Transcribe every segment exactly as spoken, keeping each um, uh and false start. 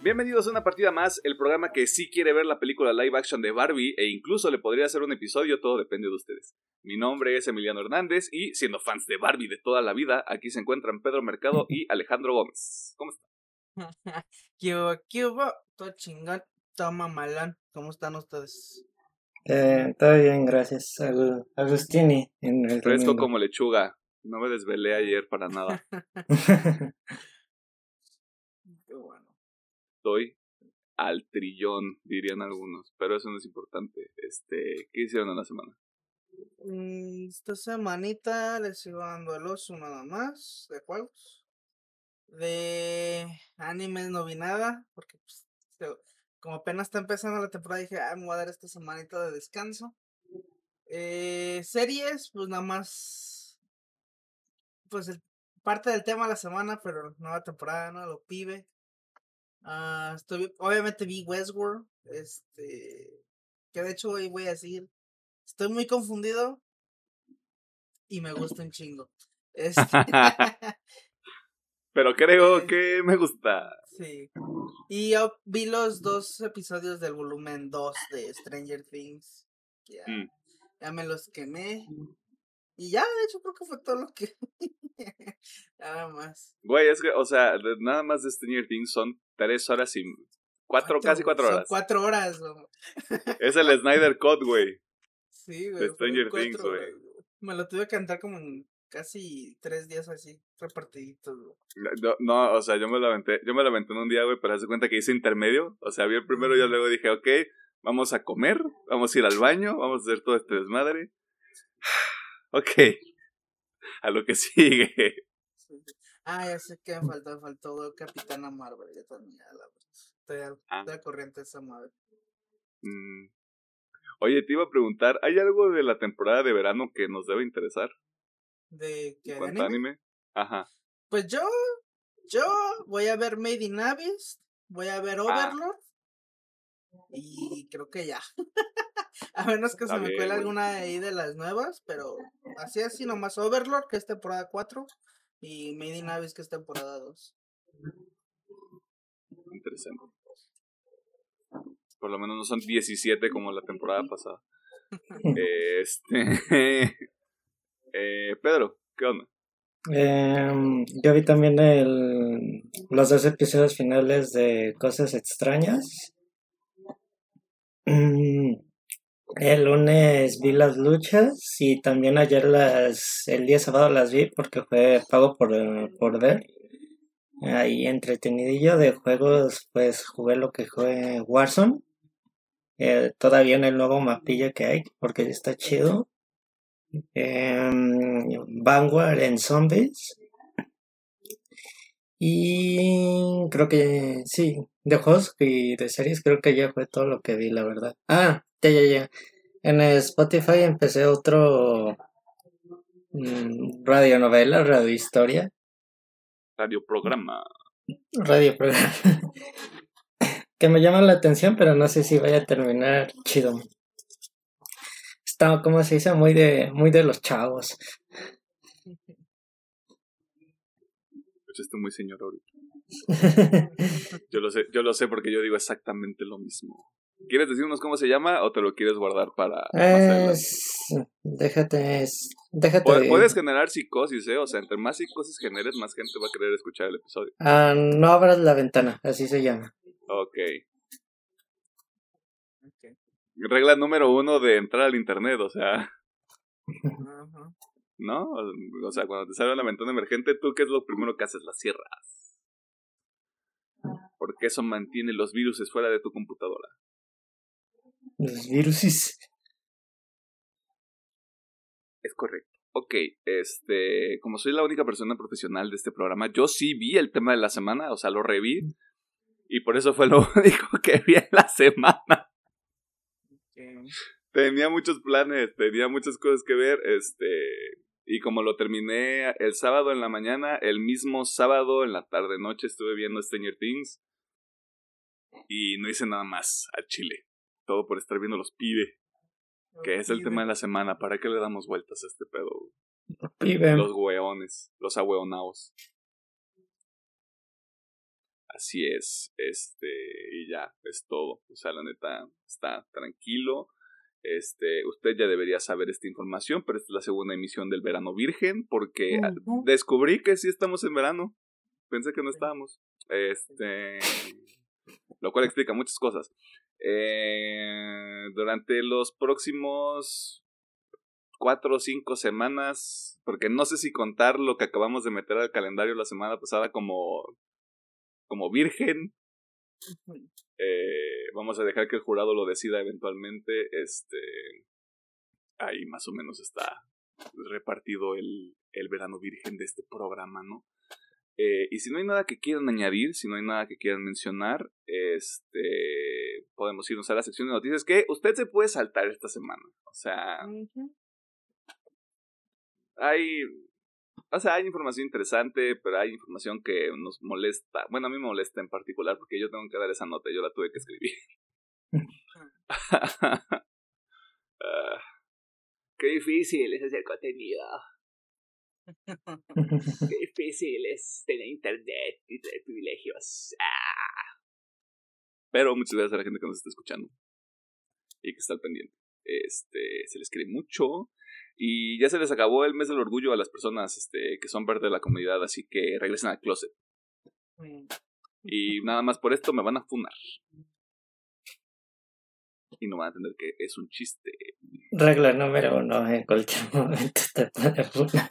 Bienvenidos a una partida más, el programa que sí quiere ver la película live action de Barbie e incluso le podría hacer un episodio, todo depende de ustedes. Mi nombre es Emiliano Hernández y, siendo fans de Barbie de toda la vida, aquí se encuentran Pedro Mercado y Alejandro Gómez. ¿Cómo están? ¿Qué hubo? ¿Qué hubo? Todo chingón, todo mamalón. ¿Cómo están ustedes? Eh, todo bien, gracias. Al, Agustini en el Fresco domingo. como lechuga. No me desvelé ayer para nada. Qué bueno. Estoy al trillón, dirían algunos, pero eso no es importante. Este, ¿qué hicieron en la semana? Esta semanita les sigo dando el oso nada más de juegos. De animes no vi nada, porque pues, como apenas está empezando la temporada dije, ah, me voy a dar esta semanita de descanso. Eh, series, pues nada más, pues el, parte del tema de la semana, pero nueva temporada, ¿no? Lo pibe. Uh, estoy, obviamente vi Westworld, este, que de hecho hoy voy a decir, estoy muy confundido y me gusta un chingo. Este, pero creo eh, que me gusta. Sí. Y yo vi los dos episodios del volumen dos de Stranger Things. Que ya, Mm. ya me los quemé. Y ya, de hecho, creo que fue todo lo que. Nada más. Güey, es que, o sea, nada más de Stranger Things son tres horas y. Cuatro, Cuatro, casi cuatro son horas. cuatro horas, güey. Es el Snyder Cut, güey. Sí, De güey, Stranger fueron Things, cuatro güey. horas, güey. Me lo tuve que cantar como en casi tres días así, repartiditos, güey. No, no, o sea, yo me lo aventé, yo me lo aventé en un día, güey, pero haz de cuenta que hice intermedio. O sea, vi el primero y yo luego dije, ok, vamos a comer, vamos a ir al baño, vamos a hacer todo este desmadre. Ok, a lo que sigue. Sí. Ah, ya sé que me faltó, me faltó Capitana Marvel, ya también, ya la estoy al, Ah. estoy al corriente de esa madre. Mm. Oye, te iba a preguntar, ¿hay algo de la temporada de verano que nos debe interesar? ¿De qué? ¿En ¿De cuanto anime? a anime? Ajá. Pues yo, yo voy a ver Made in Abyss, voy a ver Overlord ah. y creo que ya. A menos que Está se me bien, cuele güey. alguna ahí de las nuevas, pero así así nomás Overlord, que es temporada cuatro, y Made in Abyss, que es temporada dos. Interesante. Por lo menos no son diecisiete como la temporada pasada. este... eh, Pedro, ¿qué onda? Eh, yo vi también el, los dos episodios finales de Cosas Extrañas. El lunes vi las luchas y también ayer las, el día sábado las vi porque fue pago por, por ver. Ahí entretenidillo de juegos, pues jugué lo que fue Warzone. Eh, todavía en el nuevo mapilla que hay porque está chido. Eh, Vanguard en Zombies. Y creo que sí, de juegos y de series creo que ya fue todo lo que vi, la verdad. Ah, ya, ya, ya. En Spotify empecé otro mmm, radionovela, radiohistoria. Radioprograma. Radioprograma. Que me llama la atención, pero no sé si vaya a terminar chido. Está, como se dice, muy de, muy de los chavos. Escuchaste muy señor ahorita. Yo lo sé, yo lo sé porque yo digo exactamente lo mismo. ¿Quieres decirnos cómo se llama o te lo quieres guardar para más adelante? Es, déjate, déjate. Pu- Puedes generar psicosis, ¿eh? O sea, entre más psicosis generes, más gente va a querer escuchar el episodio. Ah, no abras la ventana, así se llama. Ok. Okay. Regla número uno de entrar al internet, o sea. Uh-huh. ¿No? O sea, cuando te sale una ventana emergente, ¿tú qué es lo primero que haces? La cierras. Porque eso mantiene los virus fuera de tu computadora. Los viruses. Es correcto. Ok, este, como soy la única persona profesional de este programa, yo sí vi el tema de la semana, o sea, lo reví. Y por eso fue lo único que vi en la semana. Okay. Tenía muchos planes, tenía muchas cosas que ver, este... Y como lo terminé el sábado en la mañana, el mismo sábado en la tarde-noche estuve viendo Stranger Things. Y no hice nada más al chile. Todo por estar viendo los pibe. Que es el tema de la semana. ¿Para qué le damos vueltas a este pedo? Pibe. Los hueones, los ahueonaos. Así es, este, y ya, es todo. O sea, la neta, está tranquilo. Este, usted ya debería saber esta información, pero esta es la segunda emisión del Verano Virgen, porque Ujú. descubrí que sí estamos en verano. Pensé que no estábamos. Este, lo cual explica muchas cosas. Eh, durante los próximos cuatro o cinco semanas, porque no sé si contar lo que acabamos de meter al calendario la semana pasada como, como virgen. Eh, vamos a dejar que el jurado lo decida eventualmente. Este, ahí más o menos está repartido el, el verano virgen de este programa, ¿no? Eh, y si no hay nada que quieran añadir, si no hay nada que quieran mencionar, este, podemos irnos a la sección de noticias que usted se puede saltar esta semana. O sea, Ujú. hay, o sea, hay información interesante, pero hay información que nos molesta. Bueno, a mí me molesta en particular porque yo tengo que dar esa nota, yo la tuve que escribir. Ah, qué difícil es hacer contenido. Qué difícil es tener internet y tener privilegios. Ah. Pero muchas gracias a la gente que nos está escuchando y que está al pendiente. Este, se les quiere mucho. Y ya se les acabó el mes del orgullo a las personas este, que son parte de la comunidad, así que regresen al closet. Y nada más por esto me van a funar. Y no van a entender que es un chiste. Regla número uno, en cualquier momento te puede funar.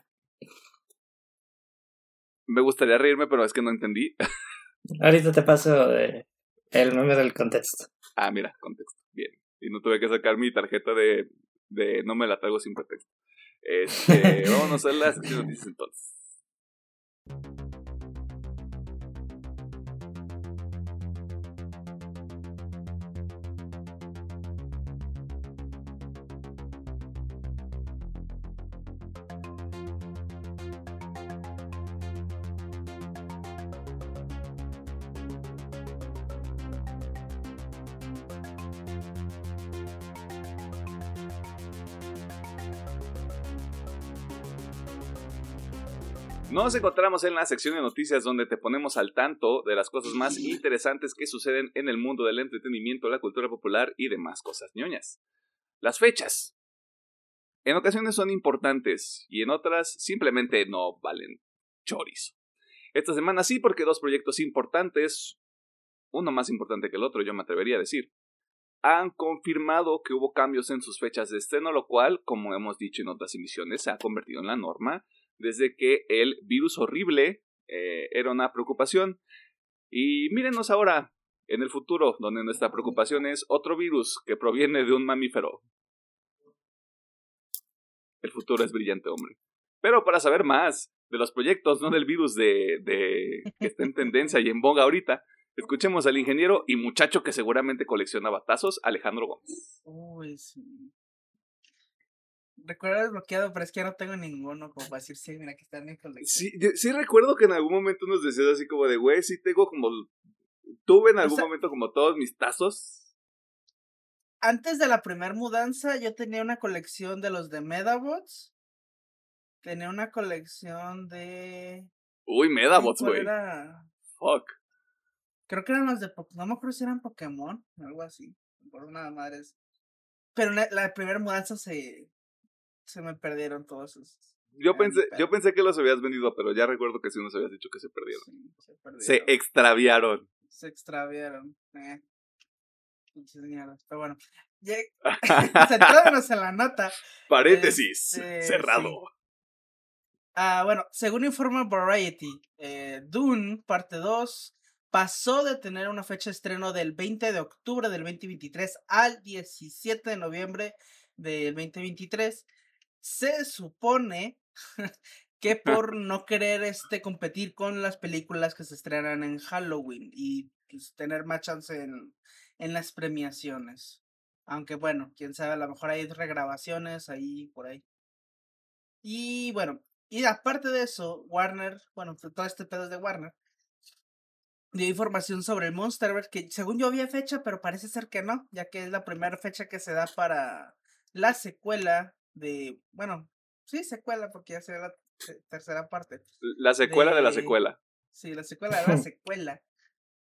Me gustaría reírme, pero es que no entendí. Ahorita te paso de el meme del contexto. Ah, mira, contexto. Bien. Y no tuve que sacar mi tarjeta de, de no me la traigo sin pretexto. Este, vámonos a las sección de noticias entonces. Nos encontramos en la sección de noticias donde te ponemos al tanto de las cosas más interesantes que suceden en el mundo del entretenimiento, la cultura popular y demás cosas ñoñas. Las fechas. En ocasiones son importantes y en otras simplemente no valen chorizo. Esta semana sí, porque dos proyectos importantes, uno más importante que el otro, yo me atrevería a decir, han confirmado que hubo cambios en sus fechas de estreno, lo cual, como hemos dicho en otras emisiones, se ha convertido en la norma desde que el virus horrible eh, era una preocupación. Y mírenos ahora, en el futuro, donde nuestra preocupación es otro virus que proviene de un mamífero. El futuro es brillante, hombre. Pero para saber más de los proyectos, no del virus de, de que está en tendencia y en boga ahorita, escuchemos al ingeniero y muchacho que seguramente colecciona batazos, Alejandro Gómez. Uy, sí. Recuerdo desbloqueado, pero es que ya no tengo ninguno como para decir, sí, mira que está en mi colección. Sí, yo, sí recuerdo que en algún momento nos decías así como de, güey, sí tengo como... Tuve en algún o sea, momento como todos mis tazos. Antes de la primera mudanza, yo tenía una colección de los de Medabots. Tenía una colección de... Uy, Medabots, güey. Era... Fuck. Creo que eran los de Pokémon. No me acuerdo si eran Pokémon, algo así. Por una madre. Pero la, la primera mudanza se... Se me perdieron todos esos. Yo pensé, yo pensé que los habías vendido, pero ya recuerdo que sí nos habías dicho que se perdieron. Sí, se perdieron. Se extraviaron. Se extraviaron. Eh. Pero bueno. Centrándonos en la nota. Paréntesis. Este, cerrado. Sí. Ah, bueno, según informa Variety, eh, Dune, parte dos, pasó de tener una fecha de estreno del veinte de octubre del veinte veintitrés al diecisiete de noviembre del veinte veintitrés. Se supone que por no querer este, competir con las películas que se estrenan en Halloween y pues, tener más chance en, en las premiaciones. Aunque bueno, quién sabe, a lo mejor hay regrabaciones ahí por ahí. Y bueno, y aparte de eso, Warner, bueno, todo este pedo es de Warner, dio información sobre el Monsterverse, que según yo había fecha, pero parece ser que no, ya que es la primera fecha que se da para la secuela de, bueno, sí, secuela, porque ya será la tercera parte. La secuela de, de la secuela. Sí, la secuela de la secuela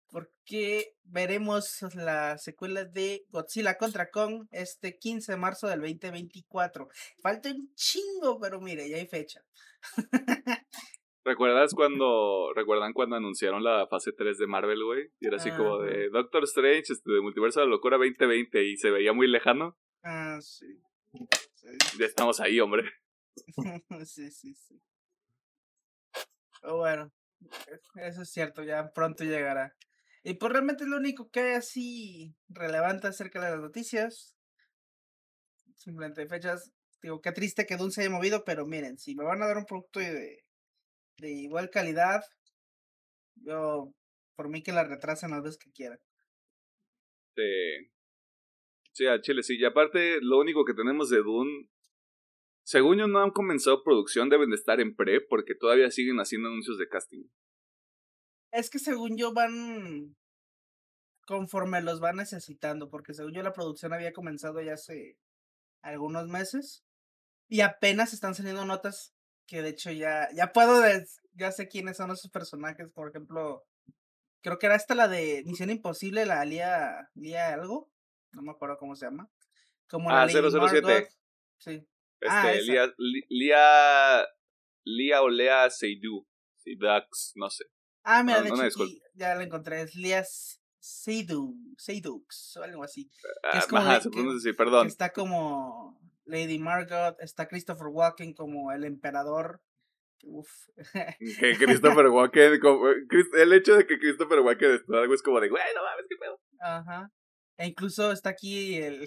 porque veremos la secuela de Godzilla contra Kong este quince de marzo del veinte veinticuatro. Falta un chingo, pero mire, ya hay fecha. ¿Recuerdas cuando, ¿recuerdan cuando anunciaron la fase tres de Marvel, güey? Y era así como Ajá. de Doctor Strange, este, de Multiverso de la Locura veinte veinte y se veía muy lejano. Ah, sí. Sí, Ya estamos ahí, hombre. sí, sí, sí. Pero bueno, eso es cierto, ya pronto llegará. Y pues realmente es lo único que hay así relevante acerca de las noticias. Simplemente fechas. Digo, qué triste que Dune se haya movido, pero miren, si me van a dar un producto de, de igual calidad, yo, por mí que la retrasen las veces que quieran. Sí. Sí, a Chile, sí. Y aparte, lo único que tenemos de Dune, según yo no han comenzado producción, deben de estar en pre, porque todavía siguen haciendo anuncios de casting. Es que según yo van conforme los van necesitando, porque según yo la producción había comenzado ya hace algunos meses y apenas están saliendo notas que de hecho ya, ya puedo, des- ya sé quiénes son esos personajes, por ejemplo, creo que era esta la de Misión Imposible, la Lía, Lía algo, no me acuerdo cómo se llama, como la Ah, Lady cero cero Margot, siete. sí, ah, Este, esa, Lia, Li- Lia, Lia o Lea Seydoux. Seydoux, no sé. ah, mira, No, de no me hecho disculpo. aquí ya la encontré, es Lía Seydoux, Seydoux, o algo así, que Ah, es como ajá, de, se que, pronuncia así, que perdón. está como Lady Margot, está Christopher Walken como el emperador. Uf. Que Christopher Walken, como- Chris- el hecho de que Christopher Walken esté algo es como de, güey, no mames, qué pedo. Ajá. E incluso está aquí el,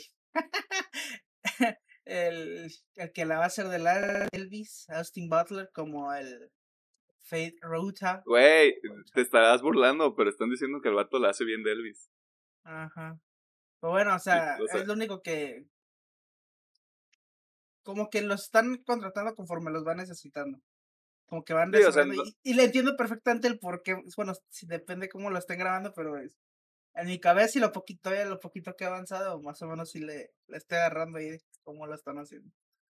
el, el que la va a hacer de la Elvis, Austin Butler, como el Fate Rota. Güey, te estarás burlando, pero están diciendo que el vato la hace bien de Elvis. Ajá. Pero bueno, o Sí, sea, o sea, es lo único que, como que los están contratando conforme los van necesitando. Como que van sí, o sea, desarrollando. no- Y, y le entiendo perfectamente el por qué. Bueno, si depende cómo lo estén grabando, pero es, en mi cabeza y lo poquito, lo poquito que he avanzado, más o menos sí le, le estoy agarrando ahí cómo lo están haciendo.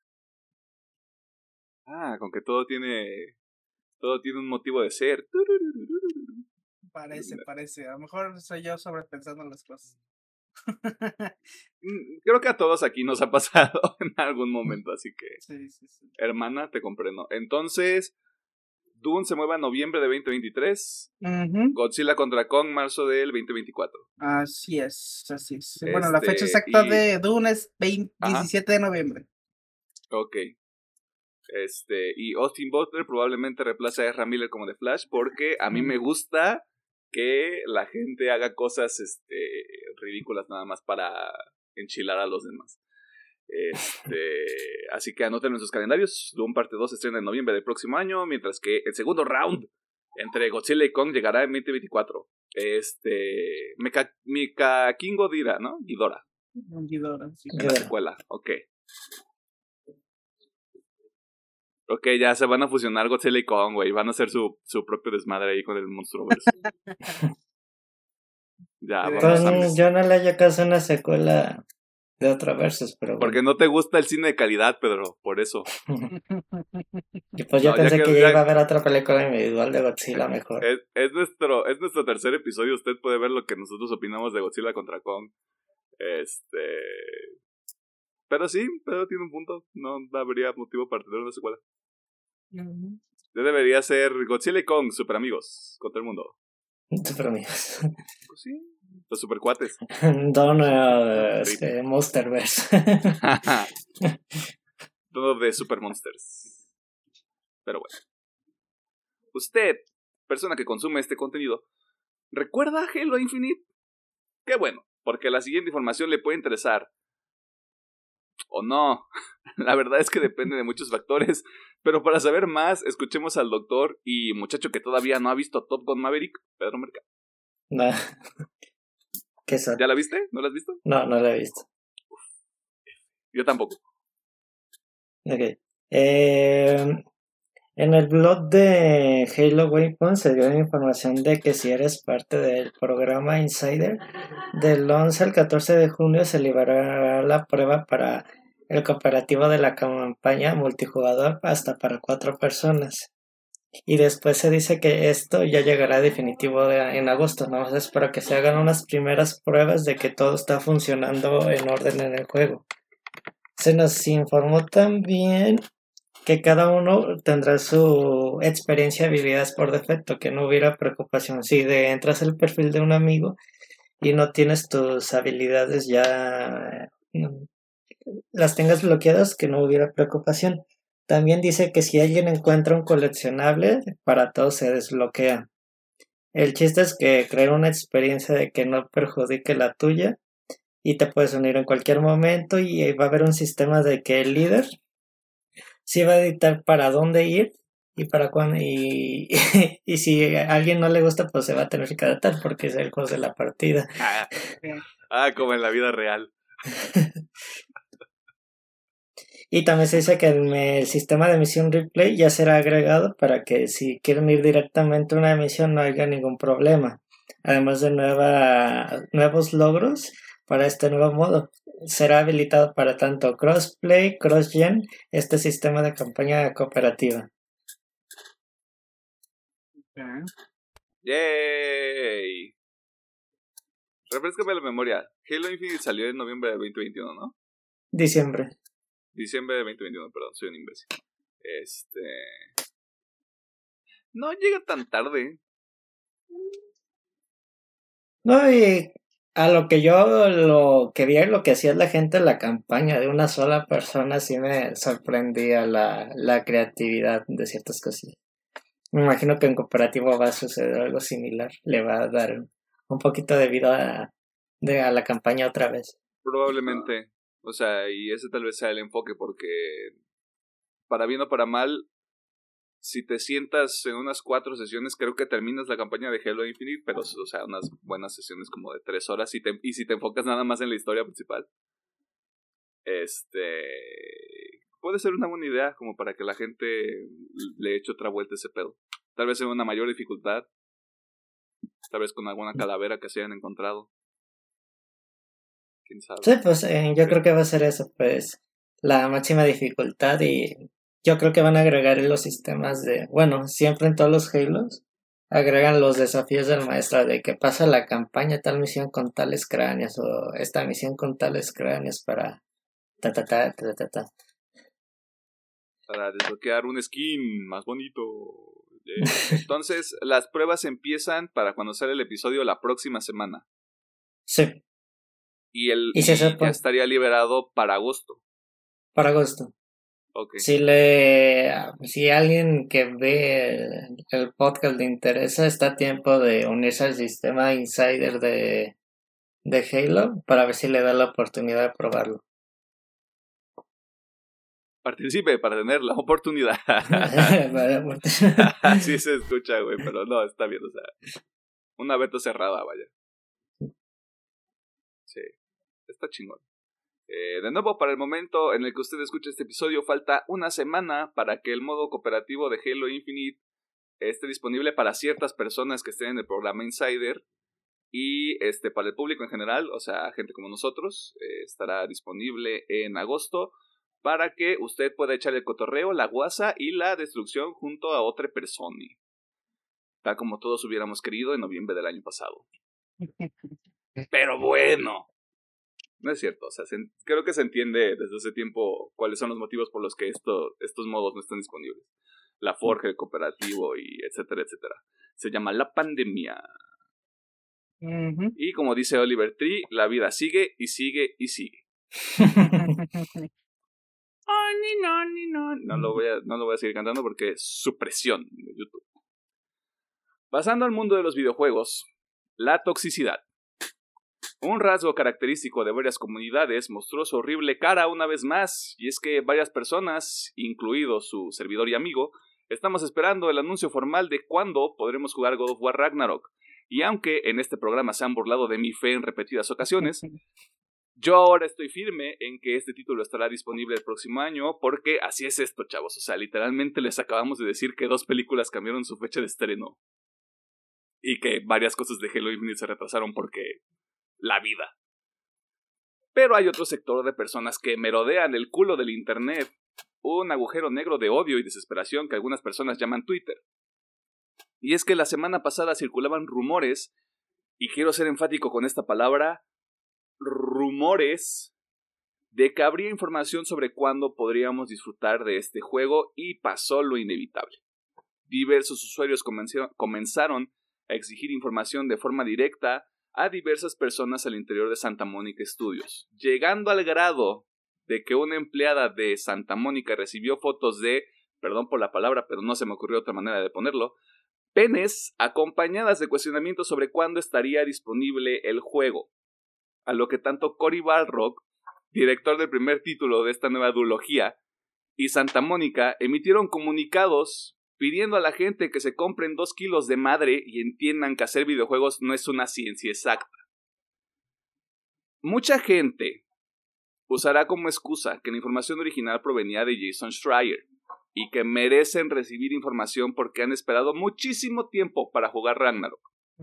ah, con que todo tiene, todo tiene un motivo de ser. Parece, parece. A lo mejor soy yo sobrepensando las cosas. Mm, Creo que a todos aquí nos ha pasado en algún momento, así que, Sí, sí, sí. hermana, te comprendo. Entonces, Dune se mueve a noviembre de veinte veintitrés. Ujú. Godzilla contra Kong, marzo del veinte veinticuatro. Así es, así es. Bueno, la fecha Este, exacta y, de Dune es veinte ajá, diecisiete de noviembre. ok. Este, y Austin Butler probablemente reemplace a Ezra Miller como de Flash, porque a mí me gusta que la gente haga cosas, este, ridículas nada más para enchilar a los demás. Este, así que anoten en sus calendarios. Doom parte dos se estrena en noviembre del próximo año, mientras que el segundo round entre Godzilla y Kong llegará en veinte veinticuatro. Este, Mecha, Mika Kingo Dira, ¿no? Ghidorah, Ghidorah, sí. en la secuela, ok. Ok, ya se van a fusionar Godzilla y Kong, güey. Van a hacer su, su propio desmadre ahí con el Monstruoverse. Ya, Pues, Pues mames. yo no le hallo caso a una secuela de otro versus, pero bueno. Porque no te gusta el cine de calidad, Pedro, por eso. Y pues yo No, ya pensé que- que ya ya- iba a haber otra película individual de Godzilla mejor. Es, es, nuestro, es nuestro tercer episodio. Usted puede ver lo que nosotros opinamos de Godzilla contra Kong. Este. Pero sí, Pedro tiene un punto. No habría motivo para tener una secuela. Ujú. Ya debería ser Godzilla y Kong, super amigos, contra el mundo. Super amigos. Pues sí, los super cuates. Don uh, este, Monsterverse. Todo de Super Monsters. Pero bueno. Usted, persona que consume este contenido, ¿recuerda Halo Infinite? Qué bueno, porque la siguiente información le puede interesar. O no. La verdad es que depende de muchos factores. Pero para saber más, escuchemos al doctor y muchacho que todavía no ha visto Top Gun Maverick, Pedro Mercado. No. ¿Qué son? ¿Ya la viste? ¿No la has visto? No, no la he visto. Yo tampoco. Ok. Eh, en el blog de Halo Waypoint se dio la información de que si eres parte del programa Insider, del once al catorce de junio se liberará la prueba para el cooperativo de la campaña multijugador hasta para cuatro personas. Y después se dice que esto ya llegará definitivo de- en agosto, ¿no? Es para que se hagan unas primeras pruebas de que todo está funcionando en orden en el juego. Se nos informó también que cada uno tendrá su experiencia de habilidades por defecto, que no hubiera preocupación. Si de, entras al perfil de un amigo y no tienes tus habilidades ya, mm, las tengas bloqueadas, que no hubiera preocupación. También dice que si alguien encuentra un coleccionable, para todos se desbloquea. El chiste es que crear una experiencia de que no perjudique la tuya y te puedes unir en cualquier momento y va a haber un sistema de que el líder sí va a dictar para dónde ir y para cuándo y, y si a alguien no le gusta pues se va a tener que adaptar porque es el juego de la partida. Ah, ah, como en la vida real. Y también se dice que el, el sistema de misión replay ya será agregado para que si quieren ir directamente a una misión no haya ningún problema. Además de nueva, nuevos logros para este nuevo modo. Será habilitado para tanto crossplay, cross-gen, este sistema de campaña cooperativa. Okay. ¡Yay! Refrescame la memoria. Halo Infinite salió en noviembre de veinte veintiuno, ¿no? Diciembre. Diciembre de veinte veintiuno, perdón, soy un imbécil. Este... No llega tan tarde. No, y a lo que yo lo que vi y lo que hacía la gente en la campaña de una sola persona sí me sorprendía la, la creatividad de ciertas cosas. Me imagino que en cooperativo va a suceder algo similar. Le va a dar un poquito de vida a, de, a la campaña otra vez. Probablemente. O sea, y ese tal vez sea el enfoque, porque para bien o para mal, si te sientas en unas cuatro sesiones, creo que terminas la campaña de Halo Infinite, pero, o sea, unas buenas sesiones como de tres horas, y, te, y si te enfocas nada más en la historia principal, este... puede ser una buena idea como para que la gente le eche otra vuelta a ese pedo. Tal vez en una mayor dificultad, tal vez con alguna calavera que se hayan encontrado. ¿Quién sabe? Sí, pues eh, yo creo que va a ser eso, pues la máxima dificultad y yo creo que van a agregar en los sistemas de, bueno, siempre en todos los Halos agregan los desafíos del maestro de que pasa la campaña tal misión con tales cráneos o esta misión con tales cráneos para ta ta ta ta ta ta. Para desbloquear un skin más bonito. Yeah. Entonces, las pruebas empiezan para cuando sale el episodio la próxima semana. Sí. Y, el, y, y se ya supone, estaría liberado para agosto. Para agosto. Okay. Si le, si alguien que ve el, el podcast le interesa, está a tiempo de unirse al sistema Insider de, de Halo para ver si le da la oportunidad de probarlo. Participe para tener la oportunidad. Así se escucha, güey, pero no, está bien, o sea, una beta cerrada, vaya. Sí, está chingón. Eh, de nuevo, para el momento en el que usted escucha este episodio, falta una semana para que el modo cooperativo de Halo Infinite esté disponible para ciertas personas que estén en el programa Insider. Y este para el público en general, o sea, gente como nosotros, eh, estará disponible en agosto para que usted pueda echar el cotorreo, la guasa y la destrucción junto a otra persona. Tal como todos hubiéramos querido en noviembre del año pasado. Pero bueno, no es cierto, o sea, se, creo que se entiende desde hace tiempo cuáles son los motivos por los que esto, estos modos no están disponibles. La forja, el cooperativo y etcétera, etcétera. Se llama la pandemia. Uh-huh. Y como dice Oliver Tree, la vida sigue y sigue y sigue. Ay, ni no, ni no. No lo voy a, no lo voy a seguir cantando porque es supresión de YouTube. Pasando al mundo de los videojuegos, la toxicidad. Un rasgo característico de varias comunidades mostró su horrible cara una vez más, y es que varias personas, incluido su servidor y amigo, estamos esperando el anuncio formal de cuándo podremos jugar God of War Ragnarok. Y aunque en este programa se han burlado de mi fe en repetidas ocasiones, yo ahora estoy firme en que este título estará disponible el próximo año, porque así es esto, chavos. O sea, literalmente les acabamos de decir que dos películas cambiaron su fecha de estreno. Y que varias cosas de Halo Infinite se retrasaron porque la vida. Pero hay otro sector de personas que merodean el culo del internet, un agujero negro de odio y desesperación que algunas personas llaman Twitter. Y es que la semana pasada circulaban rumores, y quiero ser enfático con esta palabra, rumores de que habría información sobre cuándo podríamos disfrutar de este juego, y pasó lo inevitable. Diversos usuarios comenzaron a exigir información de forma directa a diversas personas al interior de Santa Mónica Studios, llegando al grado de que una empleada de Santa Mónica recibió fotos de, perdón por la palabra, pero no se me ocurrió otra manera de ponerlo, penes acompañadas de cuestionamientos sobre cuándo estaría disponible el juego. A lo que tanto Cory Barlog, director del primer título de esta nueva duología, y Santa Mónica emitieron comunicados pidiendo a la gente que se compren dos kilos de madre y entiendan que hacer videojuegos no es una ciencia exacta. Mucha gente usará como excusa que la información original provenía de Jason Schreier y que merecen recibir información porque han esperado muchísimo tiempo para jugar Ragnarok.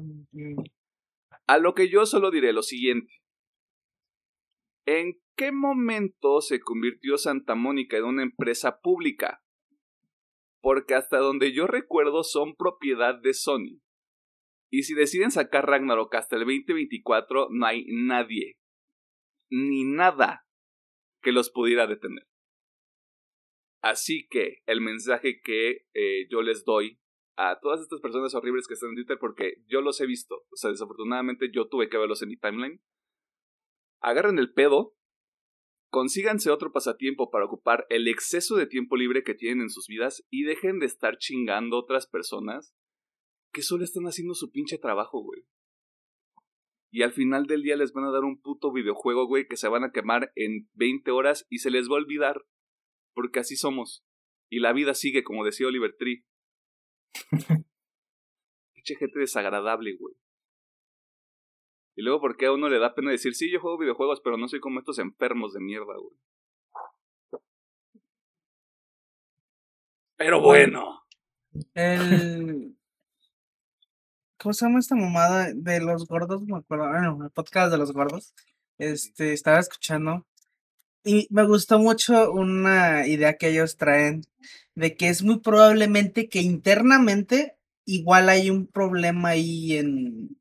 A lo que yo solo diré lo siguiente. ¿En qué momento se convirtió Santa Mónica en una empresa pública? Porque hasta donde yo recuerdo son propiedad de Sony. Y si deciden sacar Ragnarok hasta el veinte veinticuatro, no hay nadie, ni nada, que los pudiera detener. Así que el mensaje que eh, yo les doy a todas estas personas horribles que están en Twitter, porque yo los he visto, o sea, desafortunadamente yo tuve que verlos en mi timeline, agarren el pedo, consíganse otro pasatiempo para ocupar el exceso de tiempo libre que tienen en sus vidas y dejen de estar chingando a otras personas que solo están haciendo su pinche trabajo, güey. Y al final del día les van a dar un puto videojuego, güey, que se van a quemar en veinte horas y se les va a olvidar. Porque así somos. Y la vida sigue, como decía Oliver Tree. Pinche gente desagradable, güey. Y luego, ¿por qué a uno le da pena decir, sí, yo juego videojuegos, pero no soy como estos enfermos de mierda, güey? Pero bueno. El... ¿Cómo se llama esta mamada de los gordos? Me acuerdo, bueno, el podcast de los gordos. Este, estaba escuchando. Y me gustó mucho una idea que ellos traen de que es muy probablemente que internamente igual hay un problema ahí en,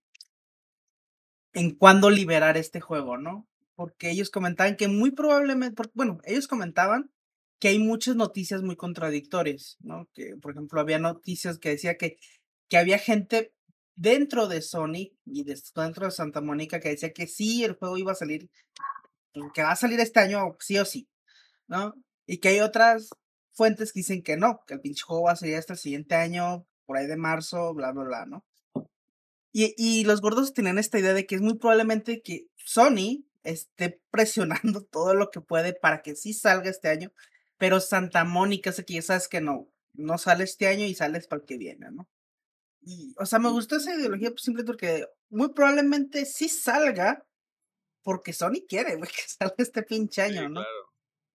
en cuándo liberar este juego, ¿no? Porque ellos comentaban que muy probablemente, por- bueno, ellos comentaban que hay muchas noticias muy contradictorias, ¿no? Que, por ejemplo, había noticias que decía que, que había gente dentro de Sony y de- dentro de Santa Mónica que decía que sí, el juego iba a salir, que va a salir este año sí o sí, ¿no? Y que hay otras fuentes que dicen que no, que el pinche juego va a salir hasta el siguiente año, por ahí de marzo, bla, bla, bla, ¿no? Y, y los gordos tenían esta idea de que es muy probablemente que Sony esté presionando todo lo que puede para que sí salga este año, pero Santa Mónica sé que ya sabes que no, no sale este año y sales para el que viene, ¿no? Y, o sea, me gustó esa ideología pues, simplemente porque muy probablemente sí salga porque Sony quiere, güey, que salga este pinche año, Sí, ¿no? claro.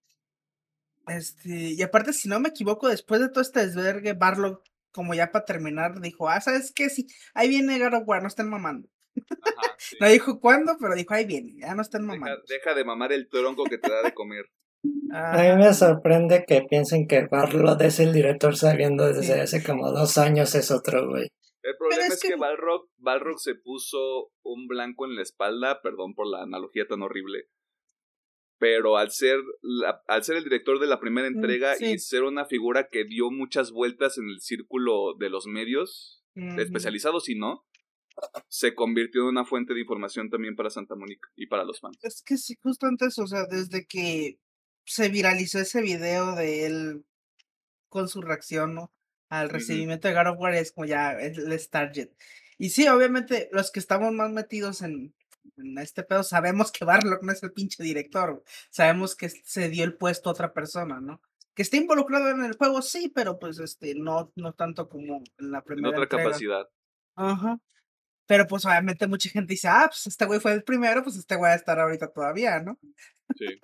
Este, y aparte, si no me equivoco, después de todo este desvergue, Barlow, como ya para terminar, dijo, ah, ¿sabes qué? Sí, ahí viene God of War, no estén mamando. Ajá, sí. No dijo cuándo, pero dijo, ahí viene, ya no estén Deja, mamando. deja de mamar el tronco que te da de comer. A mí me sorprende que piensen que Barlog es el director sabiendo desde Sí. hace como dos años es otro güey. El problema es es que, que- Balrog, Balrog se puso un blanco en la espalda, perdón por la analogía tan horrible, pero al ser, la- al ser el director de la primera Mm, entrega sí. y ser una figura que dio muchas vueltas en el círculo de los medios Ujú. especializados y no, se convirtió en una fuente de información también para Santa Mónica y para los fans. Es que sí, justo antes, o sea, desde que se viralizó ese video de él con su reacción, ¿no? Al Ujú. recibimiento de God of War es como ya, él es target. Y sí, obviamente, los que estamos más metidos en, en este pedo sabemos que Barlock no es el pinche director, güey. Sabemos que se dio el puesto a otra persona, ¿no? Que está involucrado en el juego, sí, pero pues este, no, no tanto como en la En primera otra entrega. capacidad. Ajá. Pero pues obviamente mucha gente dice, ah, pues este güey fue el primero, pues este güey va a estar ahorita todavía, ¿no? Sí.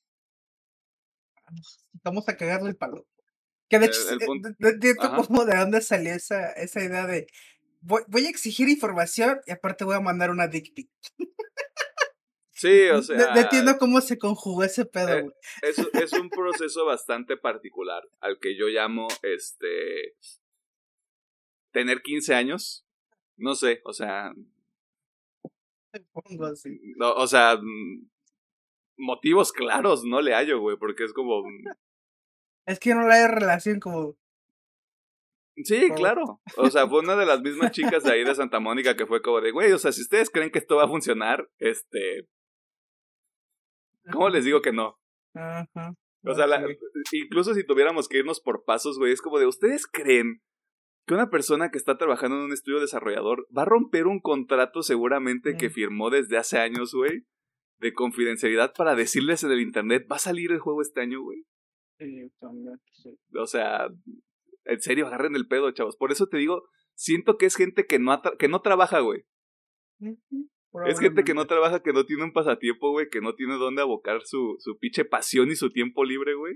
Vamos a cagarle el palo. Que de El- hecho, el eh, punto- no entiendo Ajá. cómo de dónde salió esa, esa idea de voy, voy a exigir información y aparte voy a mandar una dick pic. Sí, o No, sea, no entiendo cómo se conjugó ese pedo, eh, güey. es, es un proceso bastante particular al que yo llamo este tener quince años. No sé, o sea... Te pongo así. No, o sea, motivos claros no le hallo, güey, porque es como... Es que no le hay relación como... Sí, como... claro. O sea, fue una de las mismas chicas de ahí de Santa Mónica que fue como de, güey, o sea, si ustedes creen que esto va a funcionar, este... ¿Cómo les digo que no? Ajá. O sea, la, Okay. incluso si tuviéramos que irnos por pasos, güey, es como de, ¿ustedes creen que una persona que está trabajando en un estudio desarrollador va a romper un contrato seguramente que firmó desde hace años, güey, de confidencialidad para decirles en el internet, ¿va a salir el juego este año, güey? Sí, también, sí. O sea, en serio, agarren el pedo, chavos. Por eso te digo, siento que es gente que no, atra- que no trabaja, güey. Ujú, Es gente que no probablemente. trabaja, que no tiene un pasatiempo, güey, que no tiene dónde abocar su, su pinche pasión y su tiempo libre, güey.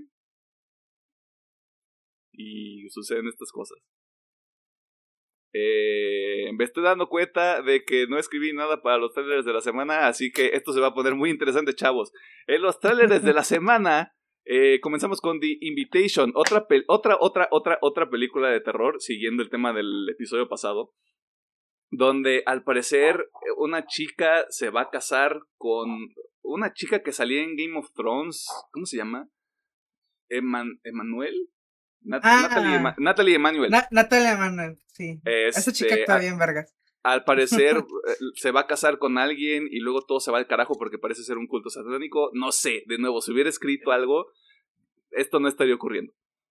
Y suceden estas cosas. Eh, me estoy dando cuenta de que no escribí nada para los trailers de la semana, así que esto se va a poner muy interesante, chavos. En los trailers de la semana, eh, comenzamos con The Invitation, otra, pe- otra, otra, otra, otra película de terror, siguiendo el tema del episodio pasado, donde al parecer una chica se va a casar con una chica que salía en Game of Thrones. ¿Cómo se llama? Eman- ¿Emanuel? Nat- Natalie, Ema- Ah, Natalie Emanuel. Na- Natalia Manuel, sí. Esa chica Este, está a- bien, vergas. al parecer eh, se va a casar con alguien y luego todo se va al carajo porque parece ser un culto satánico. No sé, de nuevo, si hubiera escrito algo, esto no estaría ocurriendo.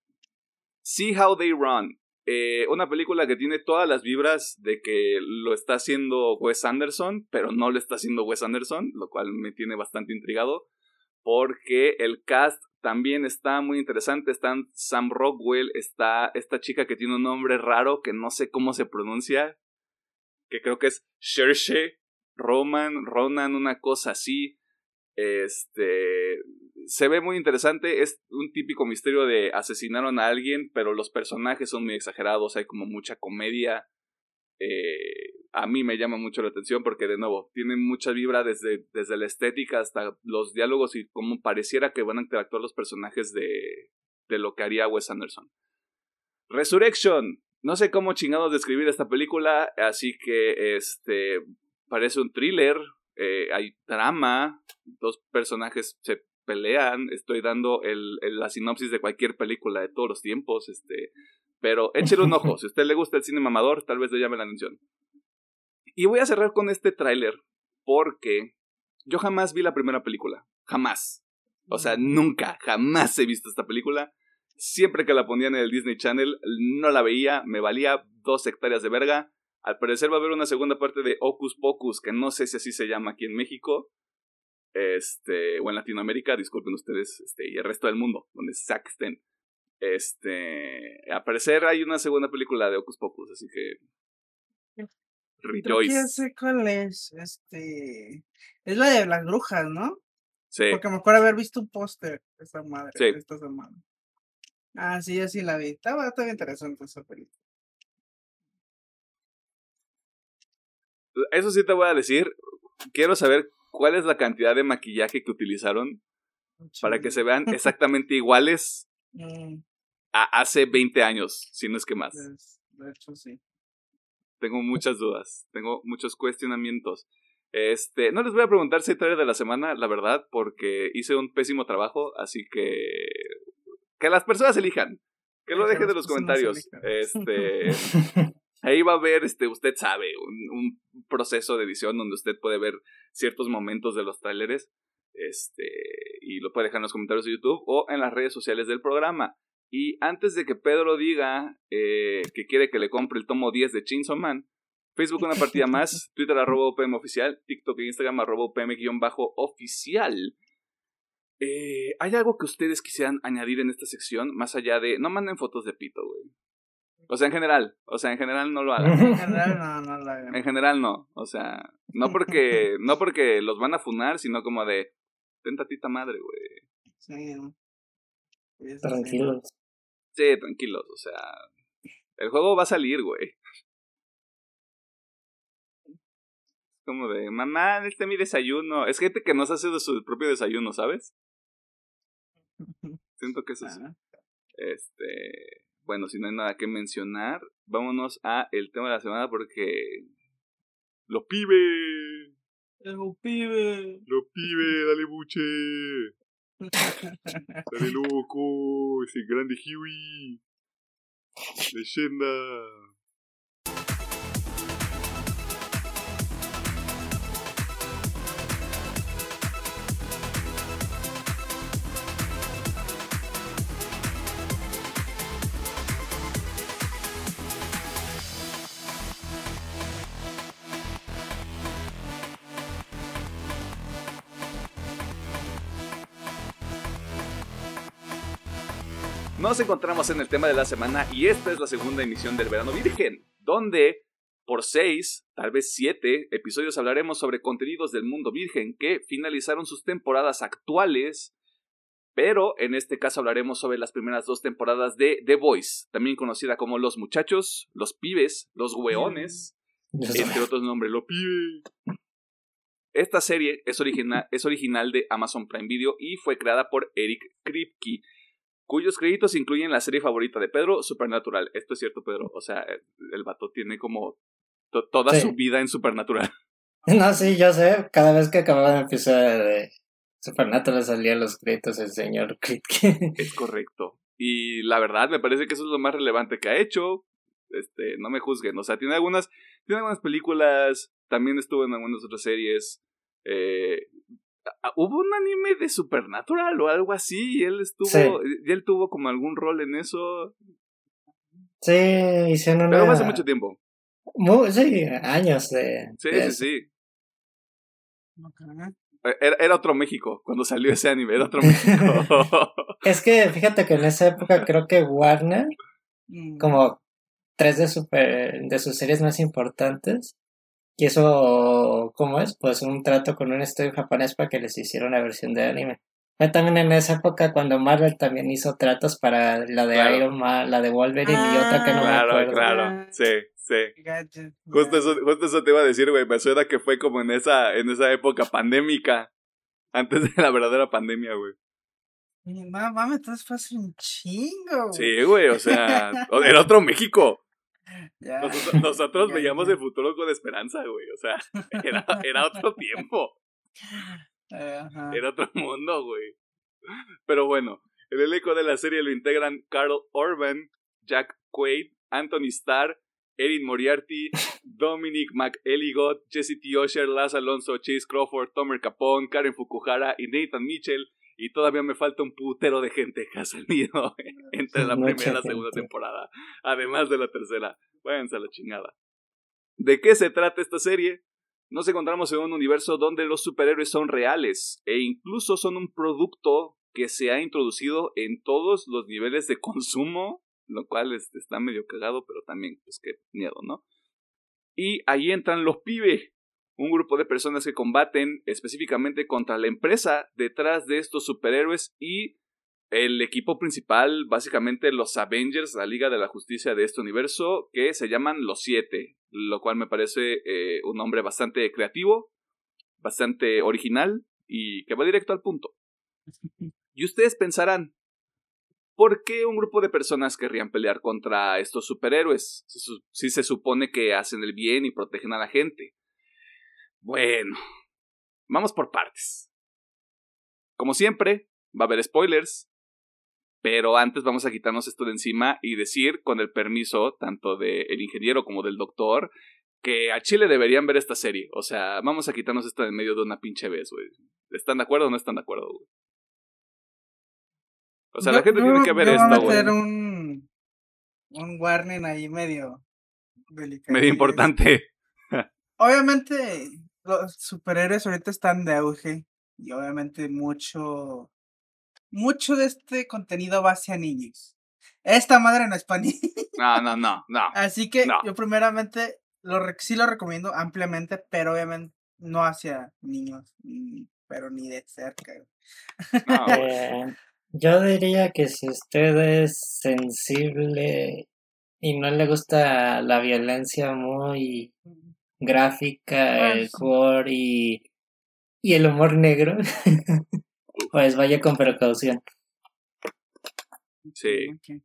See How They Run. Eh, una película que tiene todas las vibras de que lo está haciendo Wes Anderson, pero no lo está haciendo Wes Anderson, lo cual me tiene bastante intrigado, porque el cast también está muy interesante. Están Sam Rockwell, está esta chica que tiene un nombre raro que no sé cómo se pronuncia, que creo que es Saoirse Roman, Ronan, una cosa así. Este, se ve muy interesante. Es un típico misterio de asesinaron a alguien, pero los personajes son muy exagerados, hay como mucha comedia. Eh, a mí me llama mucho la atención porque, de nuevo, tienen mucha vibra desde, desde la estética hasta los diálogos y cómo pareciera que van a interactuar los personajes de, de lo que haría Wes Anderson. Resurrection. No sé cómo chingados describir esta película, así que este parece un thriller. Eh, hay drama, dos personajes se pelean. Estoy dando el, el, la sinopsis de cualquier película de todos los tiempos, este, pero échale un ojo. Si a usted le gusta el cine mamador, tal vez le llame la atención. Y voy a cerrar con este tráiler porque yo jamás vi la primera película, jamás. O sea, nunca, jamás he visto esta película. Siempre que la ponían en el Disney Channel, no la veía, me valía dos hectáreas de verga. Al parecer va a haber una segunda parte de Hocus Pocus, que no sé si así se llama aquí en México, este, o en Latinoamérica, disculpen ustedes, este, y el resto del mundo, donde sea que estén. Este, al parecer hay una segunda película de Hocus Pocus, así que Creo que ya rejoice. sé cuál es. Este. Es la de las brujas, ¿no? Sí, Porque me acuerdo haber visto un póster de esa madre, sí. de esta semana. Ah, sí, yo sí la vi. Estaba, estaba interesante esa película. Eso sí te voy a decir. Quiero saber cuál es la cantidad de maquillaje que utilizaron para que se vean exactamente iguales Mm, a hace veinte años, si no es que más. pues, de hecho, sí. Tengo muchas dudas, tengo muchos cuestionamientos. Este, no les voy a preguntar si hay trailer de la semana, la verdad, porque hice un pésimo trabajo, así que que las personas elijan, que lo Eh, que dejen las en los personas comentarios. elijan. Este, ahí va a haber, este, usted sabe, un, un proceso de edición donde usted puede ver ciertos momentos de los trailers, este, y lo puede dejar en los comentarios de YouTube o en las redes sociales del programa. Y antes de que Pedro diga eh, que quiere que le compre el tomo diez de Chainsaw Man, Facebook una partida más, Twitter arroba U P M oficial, TikTok e Instagram arroba U P M-oficial. Eh, ¿Hay algo que ustedes quisieran añadir en esta sección? Más allá de, no manden fotos de pito, güey. O sea, en general, o sea, en general no lo hagan. En general, no, no la hagan. En general no, o sea, no porque, no porque los van a funar, sino como de, ten tatita madre, güey. Sí, ¿no? Sí, sí, sí. Tranquilos. Sí, tranquilos, o sea, el juego va a salir, güey. Como de, mamá, este es mi desayuno. Es gente que no se hace de su propio desayuno, ¿sabes? Siento que es así. Ah, Este, bueno, si no hay nada que mencionar, vámonos a el tema de la semana porque... ¡Los pibes! ¡Los pibes! ¡Los pibes! ¡Dale, buche! ¡Dale, loco! ¡Ese grande Huey! ¡Leyenda! Nos encontramos en el tema de la semana y esta es la segunda emisión del Verano Virgen, donde por seis, tal vez siete episodios hablaremos sobre contenidos del mundo virgen que finalizaron sus temporadas actuales, pero en este caso hablaremos sobre las primeras dos temporadas de The Boys, también conocida como Los Muchachos, Los Pibes, Los Hueones, entre otros nombres, Los Pibes. Esta serie es, origina- es original de Amazon Prime Video y fue creada por Eric Kripke, cuyos créditos incluyen la serie favorita de Pedro, Supernatural. Esto es cierto, Pedro. O sea, el, el vato tiene como to- toda Sí. su vida en Supernatural. No, sí, yo sé. Cada vez que acababa de empezar de Supernatural salían los créditos del señor Kripke. Es correcto. Y la verdad, me parece que eso es lo más relevante que ha hecho. Este, no me juzguen. O sea, tiene algunas, tiene algunas películas. También estuvo en algunas otras series. Eh... ¿Hubo un anime de Supernatural o algo así? Y él estuvo, Sí. y él tuvo como algún rol en eso. Sí, hicieron una... Pero fue hace mucho tiempo. Muy, sí, años de... Sí, de sí, eso. sí. Okay. Era, era otro México. Cuando salió ese anime, era otro México. Es que fíjate que en esa época creo que Warner, Mm. como tres de, super, de sus series más importantes, quiso, ¿cómo es? Pues un trato con un estudio japonés para que les hiciera una versión de anime. Fue también en esa época cuando Marvel también hizo tratos para la de Claro. Iron Man, la de Wolverine y otra que no me Claro, acuerdo. claro. Sí, sí. Gotcha. Justo Ya. eso, justo eso te iba a decir, güey. Me suena que fue como en esa, en esa época pandémica. Antes de la verdadera pandemia, güey. No mames, entonces fue hace un chingo. güey. Sí, güey, o sea, o- era otro México. Ya. Nosotros, nosotros Ya, veíamos ya. el futuro con esperanza, güey. O sea, era, era otro tiempo. Ajá. Era otro mundo, güey. Pero bueno, el elenco de la serie lo integran Carl Urban, Jack Quaid, Anthony Starr, Erin Moriarty, Dominic McElligott, Jesse T. Usher, Laz Alonso, Chase Crawford, Tomer Capone, Karen Fukuhara y Nathan Mitchell. Y todavía me falta un putero de gente que ha salido entre la Mucha primera y la segunda gente. temporada, además de la tercera. Váyanse a la chingada. ¿De qué se trata esta serie? Nos encontramos en un universo donde los superhéroes son reales e incluso son un producto que se ha introducido en todos los niveles de consumo, lo cual este, está medio cagado, pero también, pues qué miedo, ¿no? Y ahí entran los pibes, un grupo de personas que combaten específicamente contra la empresa detrás de estos superhéroes y el equipo principal, básicamente los Avengers, la Liga de la Justicia de este universo, que se llaman Los Siete, lo cual me parece eh, un nombre bastante creativo, bastante original y que va directo al punto. Y ustedes pensarán, ¿por qué un grupo de personas querrían pelear contra estos superhéroes? Si, su- si se supone que hacen el bien y protegen a la gente. Bueno, vamos por partes. Como siempre, va a haber spoilers. Pero antes vamos a quitarnos esto de encima y decir, con el permiso tanto del ingeniero como del doctor, que a Chile deberían ver esta serie. O sea, vamos a quitarnos esto de en medio de una pinche vez, güey. ¿Están de acuerdo o no están de acuerdo, güey? O sea, Yo- la gente yo- tiene que ver yo esto, voy a güey. meter un, un warning ahí medio delicado. Medio importante. Obviamente, los superhéroes ahorita están de auge. Y obviamente mucho, mucho de este contenido va hacia niños. Esta madre no es para niños. No, no, no, no. Así que No. yo primeramente lo rec- sí lo recomiendo ampliamente, pero obviamente no hacia niños, ni- pero ni de cerca. No, güey. Eh, yo diría que si usted es sensible y no le gusta la violencia muy gráfica, el Pues, gore y, y el humor negro, pues vaya con precaución. Sí. ok.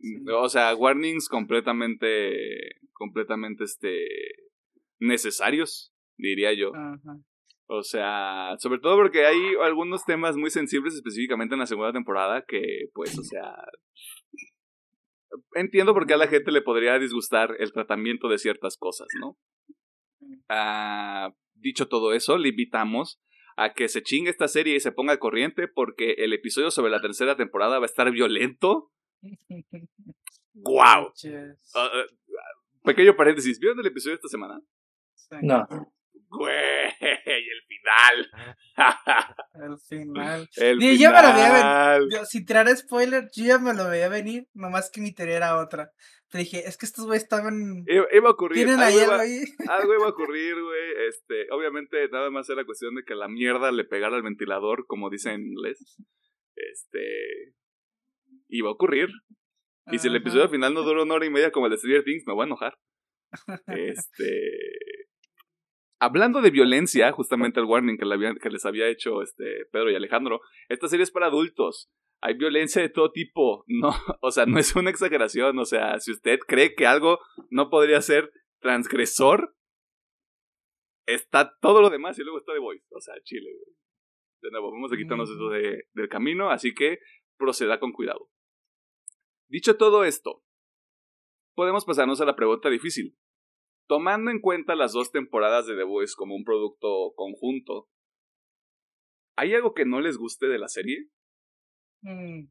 Sí. O sea, warnings completamente, completamente, este, necesarios, diría yo. Ajá. O sea, sobre todo porque hay algunos temas muy sensibles específicamente en la segunda temporada que, pues, o sea, entiendo por qué a la gente le podría disgustar el tratamiento de ciertas cosas, ¿no? Ah, dicho todo eso, le invitamos a que se chingue esta serie y se ponga al corriente porque el episodio sobre la tercera temporada va a estar violento. ¡Guau! Manches. Uh, uh, pequeño paréntesis, ¿vieron el episodio de esta semana? Sí. No. ¡Güey! El final. El final. El Digo, final. yo me lo veía venir. Sin tirar spoiler, yo ya me lo veía venir. Nomás que mi teoría era otra. Te dije, es que estos güeyes estaban. Iba, iba a ocurrir. Tienen algo ahí iba, algo ahí. Algo iba a ocurrir, güey. Este, obviamente, nada más era cuestión de que la mierda le pegara al ventilador, como dicen en inglés. Este. Iba a ocurrir. Y si el episodio final no dura una hora y media como el de Stranger Things, me voy a enojar. Este. Hablando de violencia, justamente el warning que, le habían, que les había hecho este Pedro y Alejandro, esta serie es para adultos. Hay violencia de todo tipo. No, o sea, no es una exageración. O sea, si usted cree que algo no podría ser transgresor, está todo lo demás y luego está The Voice. O sea, Chile, güey. De nuevo, vamos a quitarnos eso de, del camino, así que proceda con cuidado. Dicho todo esto, podemos pasarnos a la pregunta difícil. Tomando en cuenta las dos temporadas de The Voice como un producto conjunto, ¿hay algo que no les guste de la serie? Mm.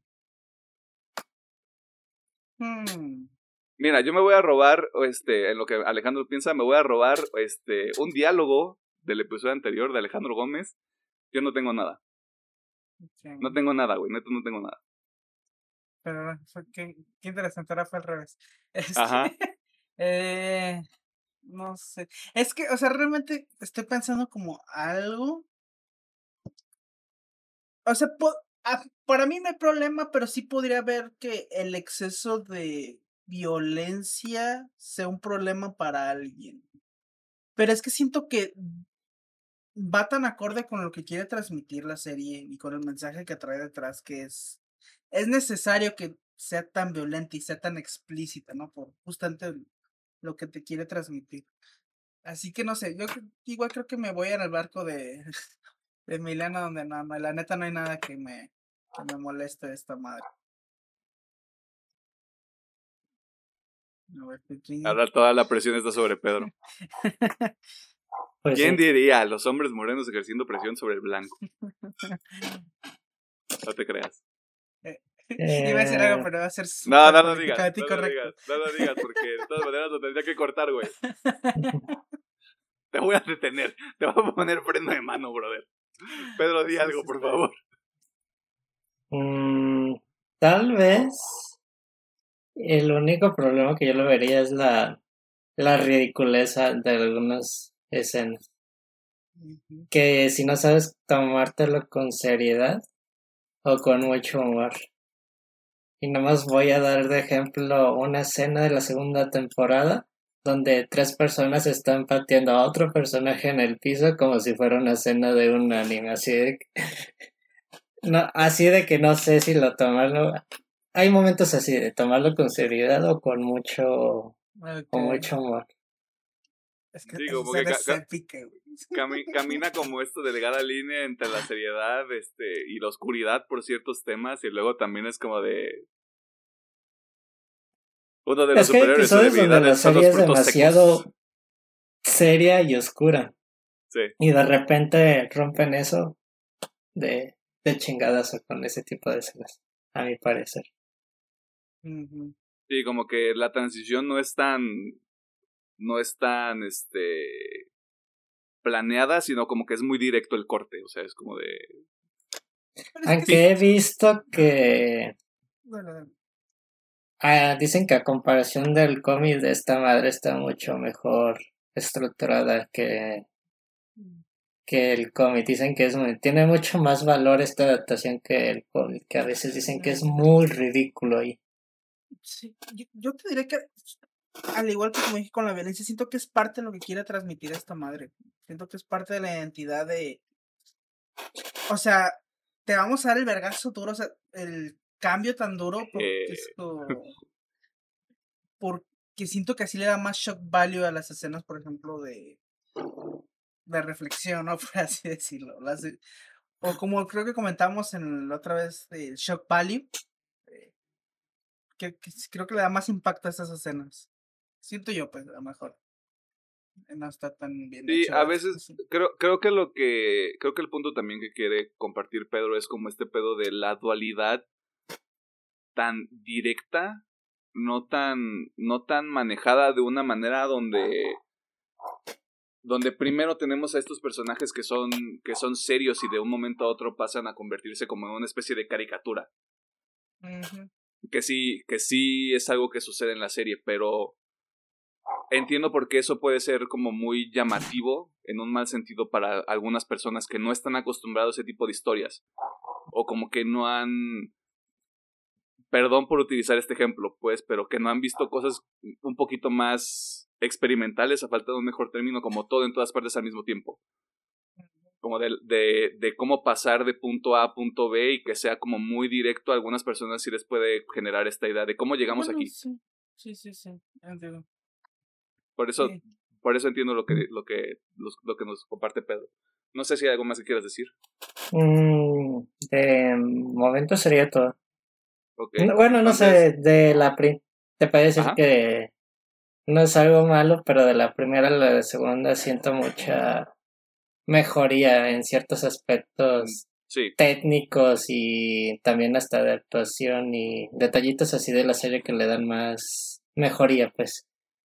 Mm. Mira, yo me voy a robar, este, en lo que Alejandro piensa, me voy a robar este, un diálogo del episodio anterior de Alejandro Gómez. Yo no tengo nada. Sí. No tengo nada, güey, neto no tengo nada. Pero fue, qué, qué interesante, ahora fue al revés. Este, Ajá. eh, no sé. Es que, o sea, realmente estoy pensando como algo. O sea, po- a- para mí no hay problema, pero sí podría ver que el exceso de violencia sea un problema para alguien. Pero es que siento que va tan acorde con lo que quiere transmitir la serie y con el mensaje que trae detrás que es, es necesario que sea tan violenta y sea tan explícita, ¿no? Por justamente lo que te quiere transmitir. Así que no sé, yo cre- igual creo que me voy en el barco de, de Milena donde no, no, la neta no hay nada que me, que me moleste de esta madre. A ver, ¿quién- Ahora toda la presión está sobre Pedro. Pues ¿Quién sí. diría? Los hombres morenos ejerciendo presión sobre el blanco. No te creas. Iba a decir algo, Eh, pero va a ser No, súper no lo digas. políticamente No lo incorrecto. digas. No lo digas porque de todas maneras lo tendría que cortar, güey. Te voy a detener. Te voy a poner freno de mano, brother. Pedro, di Sí, algo, sí, por está favor. mm, tal vez el único problema que yo le vería es la, la ridiculeza de algunas escenas. Ujú. Que si no sabes tomártelo con seriedad o con mucho humor. Y nomás voy a dar de ejemplo una escena de la segunda temporada donde tres personas están pateando a otro personaje en el piso como si fuera una escena de un anime, así de que, no, así de que no sé si lo tomarlo. Hay momentos así de tomarlo con seriedad o con mucho, con Ok. mucho humor. Es que Digo, esa porque escena ca- es ca- épica, güey. cami- camina como esta delgada línea entre la seriedad este, y la oscuridad por ciertos temas. Y luego también es como de. Uno de los Es que hay superiores de episodios donde la debilidades son los serie es frutos demasiado secos. seria y oscura. Sí. Y de repente rompen eso de, de chingadazo con ese tipo de escenas, a mi parecer. Ujú. Sí, como que la transición no es tan. No es tan. Este. Planeada, sino como que es muy directo el corte. O sea, es como de. Pero es que Aunque he visto que bueno, bueno, ah, dicen que a comparación del cómic de esta madre está mucho mejor estructurada que, que el cómic. Dicen que es muy- tiene mucho más valor esta adaptación que el cómic, que a veces dicen que es muy ridículo ahí. sí, yo, yo te diré que al igual que como dije con la violencia, siento que es parte de lo que quiere transmitir esta madre. Siento que es parte de la identidad de, o sea, te vamos a dar el vergazo duro, o sea, el cambio tan duro porque Eh, esto porque siento que así le da más shock value a las escenas, por ejemplo, de, de reflexión, ¿no? Por así decirlo. Las de- o como creo que comentamos en la otra vez de shock value, eh, que, que sí creo que le da más impacto a estas escenas. Siento yo, pues, a lo mejor. eh, No está tan bien Sí, hecho. a ¿verdad? veces Sí. creo, creo que lo que, creo que el punto también que quiere compartir Pedro es como este pedo de la dualidad tan directa, no tan, no tan manejada de una manera donde, donde primero tenemos a estos personajes que son, que son serios y de un momento a otro pasan a convertirse como en una especie de caricatura. Ujú. Que sí, que sí es algo que sucede en la serie, pero entiendo por qué eso puede ser como muy llamativo en un mal sentido para algunas personas que no están acostumbrados a ese tipo de historias. O como que no han, perdón por utilizar este ejemplo, pues, pero que no han visto cosas un poquito más experimentales, a falta de un mejor término, como todo en todas partes al mismo tiempo. Como de, de, de cómo pasar de punto A a punto B y que sea como muy directo. A algunas personas sí les puede generar esta idea de cómo llegamos Bueno, aquí. sí, sí, sí, sí, entiendo. Por eso, Sí. por eso entiendo lo que, lo que, los- lo que nos comparte Pedro. No sé si hay algo más que quieras decir. Mm, de momento sería todo. Ok, No, bueno, no entonces, sé, de la pri- te puedo decir ajá, que no es algo malo, pero de la primera a la segunda siento mucha mejoría en ciertos mm, aspectos sí, técnicos y también hasta de actuación y detallitos así de la serie que le dan más mejoría, pues.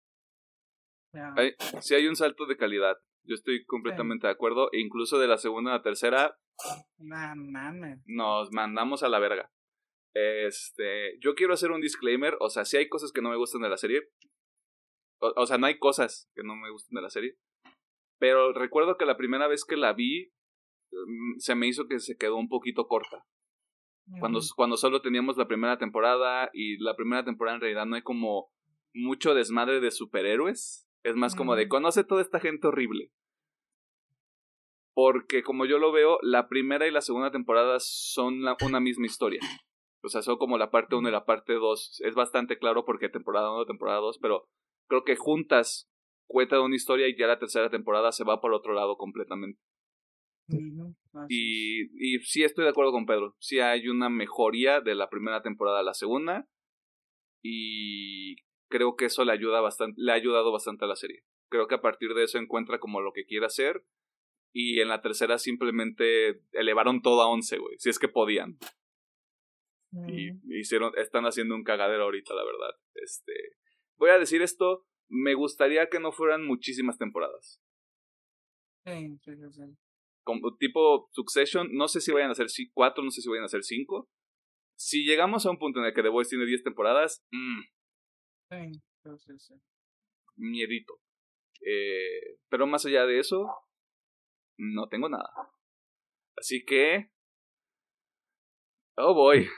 Ya. hay, sí hay un salto de calidad. Yo estoy Sí. completamente de acuerdo. E incluso de la segunda a la tercera Nah, mames. nos mandamos a la verga. Este, yo quiero hacer un disclaimer. O sea, sí hay cosas que no me gustan de la serie. O, o sea, no hay cosas que no me gustan de la serie. Pero recuerdo que la primera vez que la vi, mm, se me hizo que se quedó un poquito corta. Cuando, Ujú. cuando solo teníamos la primera temporada, y la primera temporada en realidad no hay como mucho desmadre de superhéroes. Es más como de Ujú. conoce toda esta gente horrible. Porque como yo lo veo, la primera y la segunda temporada son la- una misma historia. O sea, son como la parte uno y la parte dos. Es bastante claro porque temporada uno, temporada dos, pero creo que juntas cuentan una historia y ya la tercera temporada se va por otro lado completamente. Ujú. Así es. Y, y sí estoy de acuerdo con Pedro. Sí hay una mejoría de la primera temporada a la segunda. Y creo que eso le ayuda bastante, le ha ayudado bastante a la serie. Creo que a partir de eso encuentra como lo que quiere hacer. Y en la tercera simplemente elevaron todo a once, güey. Si es que podían. Y Ujú. hicieron, están haciendo un cagadero ahorita, la verdad. Este, voy a decir esto. Me gustaría que no fueran muchísimas temporadas. Sí, sí, sí, sí. Como tipo Succession, no sé si vayan a ser ci- cuatro, no sé si vayan a ser cinco. Si llegamos a un punto en el que The Voice tiene diez temporadas, mmm, Sí, sí, sí, sí. miedito. Eh, pero más allá de eso, no tengo nada. Así que, oh boy,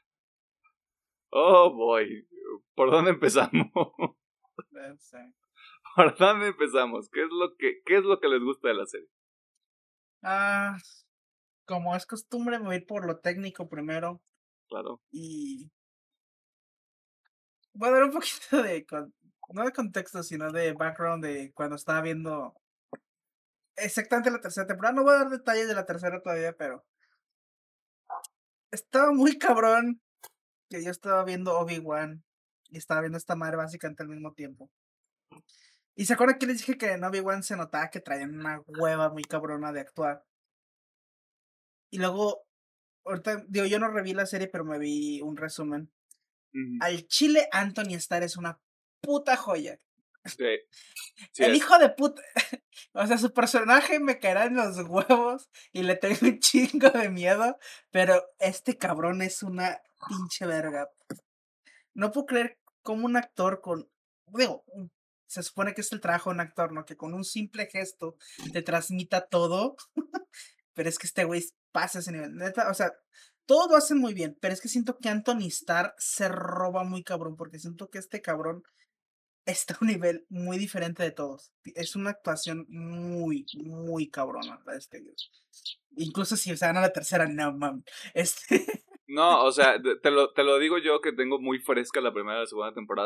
oh boy, ¿por dónde empezamos? Eh, sí. ¿Por dónde empezamos? ¿Qué es lo que, qué es lo que les gusta de la serie? Ah, como es costumbre, me voy a ir por lo técnico primero. Claro. Y voy a dar un poquito de, con- no de contexto, sino de background de cuando estaba viendo exactamente la tercera temporada. No voy a dar detalles de la tercera todavía, pero estaba muy cabrón que yo estaba viendo Obi-Wan y estaba viendo esta madre básicamente al mismo tiempo. Y se acuerdan que les dije que en Obi-Wan se notaba que traían una hueva muy cabrona de actuar. Y luego, ahorita, digo, yo no reví la serie, pero me vi un resumen. Ujú. Al chile, Anthony Starr es una puta joya. Sí, sí El es. hijo de puta. O sea, su personaje me caerá en los huevos y le tengo un chingo de miedo. Pero este cabrón es una pinche verga. No puedo creer cómo un actor con. Digo, un- se supone que es el trabajo de un actor, ¿no? Que con un simple gesto te transmita todo. Pero es que este güey pasa ese nivel. Neta, o sea, todo lo hacen muy bien. Pero es que siento que Anthony Starr se roba muy cabrón. Porque siento que este cabrón está a un nivel muy diferente de todos. Es una actuación muy, muy cabrona la de este güey. Incluso si se van a la tercera, no mames. Este. No, o sea, te te lo, te lo digo yo que tengo muy fresca la primera y la segunda temporada.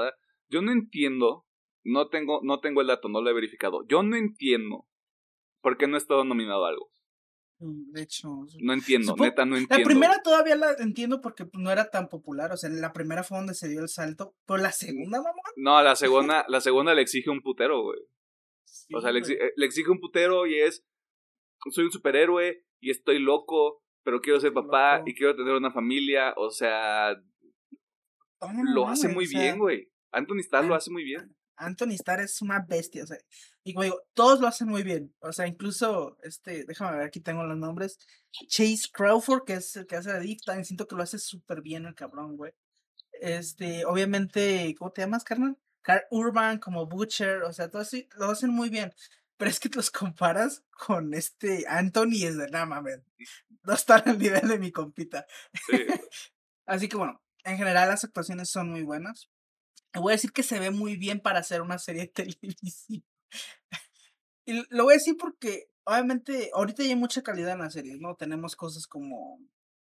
Yo no entiendo, no tengo, no tengo el dato, no lo he verificado. Yo no entiendo por qué no he estado nominado a algo. De hecho, No entiendo, supongo, neta, no entiendo. la primera todavía la entiendo porque no era tan popular. O sea, la primera fue donde se dio el salto. Pero la segunda, mamá. No, la segunda, la segunda le exige un putero, güey. Sí, O sea, le, güey. exi- le exige un putero y es, soy un superhéroe y estoy loco, pero quiero ser papá Loco. y quiero tener una familia. O sea, Oh, no, lo no, hace güey, muy o sea, bien, güey. Anthony Starr lo An- hace muy bien. Anthony Starr es una bestia, o sea, y como digo, todos lo hacen muy bien, o sea, incluso, este, déjame ver, aquí tengo los nombres, Chase Crawford, que es el que hace de Dick, también siento que lo hace súper bien el cabrón, güey, este, obviamente, ¿cómo te llamas, carnal? Carl Urban, como Butcher, o sea, todos sí, lo hacen muy bien, pero es que los comparas con este Anthony, y es de, nada mames, no están al nivel de mi compita. Sí. Así que bueno, en general las actuaciones son muy buenas. Voy a decir que se ve muy bien para hacer una serie televisiva. Y lo voy a decir porque, obviamente, ahorita ya hay mucha calidad en las series, ¿no? Tenemos cosas como,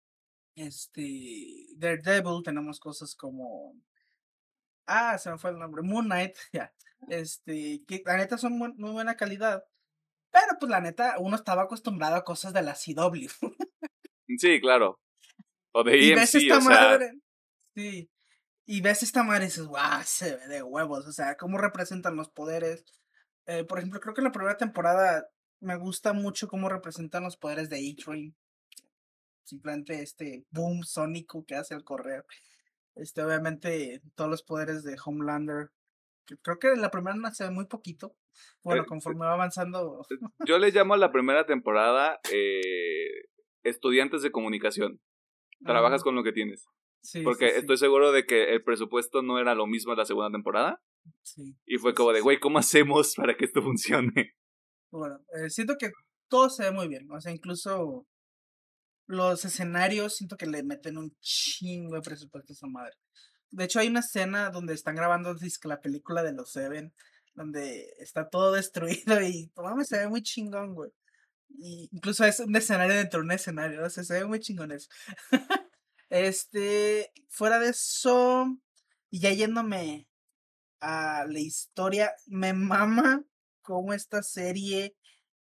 este, Daredevil, tenemos cosas como, ah, se me fue el nombre, Moon Knight, ya, este, que la neta son muy, muy buena calidad, pero pues la neta, uno estaba acostumbrado a cosas de la C W. Sí, claro. O de Y E M ves C, esta o sea, madre, sí, y ves esta madre y dices, guau, se ve de huevos, o sea, cómo representan los poderes. Eh, por ejemplo, creo que en la primera temporada me gusta mucho cómo representan los poderes de A-Train. Simplemente este boom sónico que hace al correr. Este, obviamente, todos los poderes de Homelander. Que creo que en la primera no se ve muy poquito. eh, Bueno, conforme va avanzando. yo le llamo a la primera temporada eh, estudiantes de comunicación. Trabajas Ajá, con lo que tienes. sí, sí, Porque sí. estoy seguro de que el presupuesto no era lo mismo en la segunda temporada. Sí, Y fue sí, como sí, de, sí. güey, ¿cómo hacemos para que esto funcione? Bueno, eh, siento que todo se ve muy bien. O sea, incluso los escenarios, siento que le meten un chingo de presupuesto a esa madre. De hecho, hay una escena donde están grabando dizque, la película de los Seven, donde está todo destruido y, no mames, se ve muy chingón, güey. Y incluso es un escenario dentro de un escenario, o sea, se ve muy chingón eso. Este, fuera de eso, y ya yéndome a la historia, me mama cómo esta serie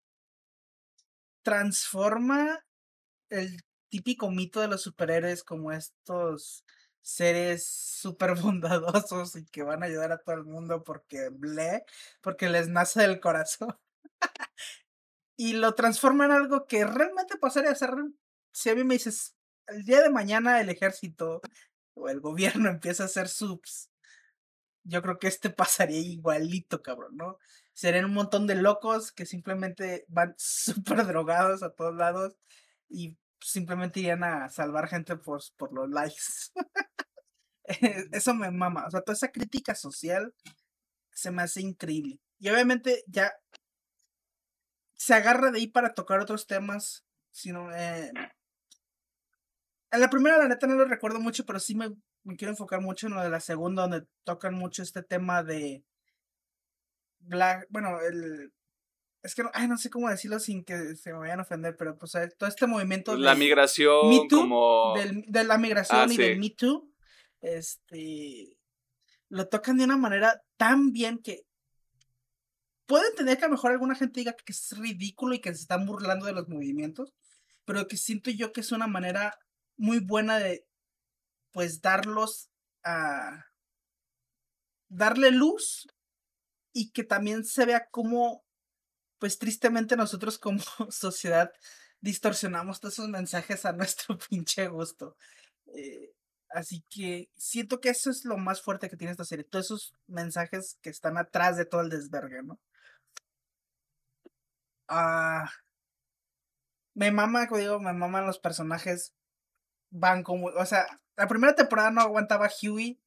transforma el típico mito de los superhéroes como estos seres súper bondadosos y que van a ayudar a todo el mundo porque ble, porque les nace del corazón. Y lo transforma en algo que realmente pasaría a ser. Si a mí me dices, el día de mañana el ejército o el gobierno empieza a hacer subs, yo creo que este pasaría igualito, cabrón, ¿no? Serían un montón de locos que simplemente van súper drogados a todos lados y simplemente irían a salvar gente por, por los likes. Eso me mama. O sea, toda esa crítica social se me hace increíble. Y obviamente ya se agarra de ahí para tocar otros temas. Sino, eh, en la primera, la neta, no lo recuerdo mucho, pero sí me, me quiero enfocar mucho en lo de la segunda, donde tocan mucho este tema de Black. Bueno, el. Es que no, ay, no sé cómo decirlo sin que se me vayan a ofender, pero pues eh, todo este movimiento La de Me migración Too, como... del, de la Ah, migración y del sí. Me Too, este, lo tocan de una manera tan bien que puedo entender que a lo mejor alguna gente diga que es ridículo y que se están burlando de los movimientos, pero que siento yo que es una manera muy buena de, pues, darlos a, darle luz y que también se vea cómo, pues, tristemente nosotros como sociedad distorsionamos todos esos mensajes a nuestro pinche gusto. Eh, así que siento que eso es lo más fuerte que tiene esta serie, todos esos mensajes que están atrás de todo el desvergue, ¿no? Ah, me mama, como digo, me maman los personajes, van como, o sea, la primera temporada no aguantaba Huey.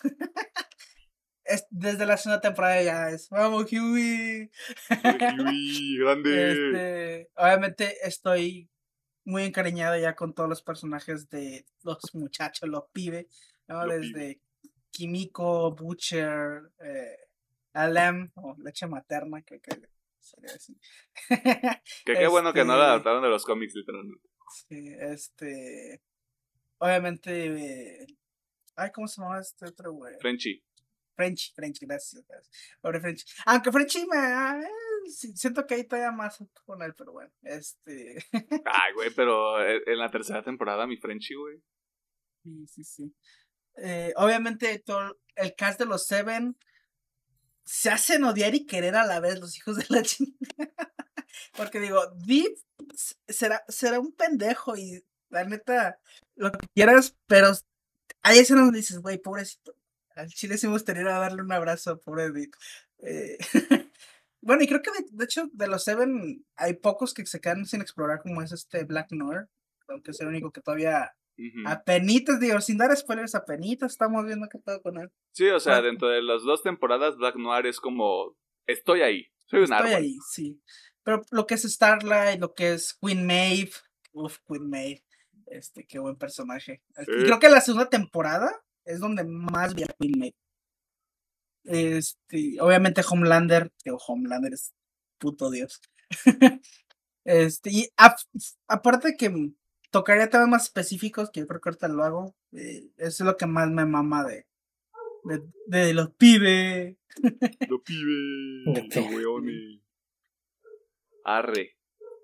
Es, desde la segunda temporada ya es, vamos Huey. Uy, grande. Este, obviamente estoy muy encariñado ya con todos los personajes de los muchachos, los pibes, ¿no? Lo pibe. Desde Kimiko, Butcher, eh, Alem, o leche materna, que, que sería así. Que qué bueno que no la Este, adaptaron de los cómics, literalmente. sí, este, obviamente, eh, ay, ¿cómo se llama este otro güey? Frenchy. Frenchy, Frenchy, gracias, gracias. Pobre Frenchy. Aunque Frenchy me... ah, eh, sí, siento que ahí todavía más con él, pero bueno, este... Ay, güey, pero en en la tercera temporada mi Frenchie, güey. sí, sí, sí. Eh, obviamente todo el cast de los Seven se hacen odiar y querer a la vez los hijos de la chingada. Porque digo, Deep s- será, será un pendejo y la neta, lo que quieras, pero hay escenas donde dices, güey, pobrecito. Al chile sí me gustaría ir a darle un abrazo, pobre Deep. Eh, bueno, y creo que de, de hecho de los Seven hay pocos que se quedan sin explorar, como es este Black Noir, aunque es el único que todavía Ujú. apenitas, digo, sin dar spoilers, apenitas estamos viendo qué pedo con él. Sí, o sea, Bueno, dentro de las dos temporadas, Black Noir es como, estoy ahí, soy un estoy árbol. ahí, sí. Pero lo que es Starlight, lo que es Queen Maeve, uff, Queen Maeve, este, qué buen personaje. Y Eh, creo que la segunda temporada es donde más vi a Queen Maeve. Este, obviamente Homelander, que Homelander es puto dios. Este, y a- aparte que m- tocaría temas más específicos, que yo creo que ahorita lo hago, eh, eso es lo que más me mama de, de, de los pibes. Lo pibe, De los pe- weones. Arre,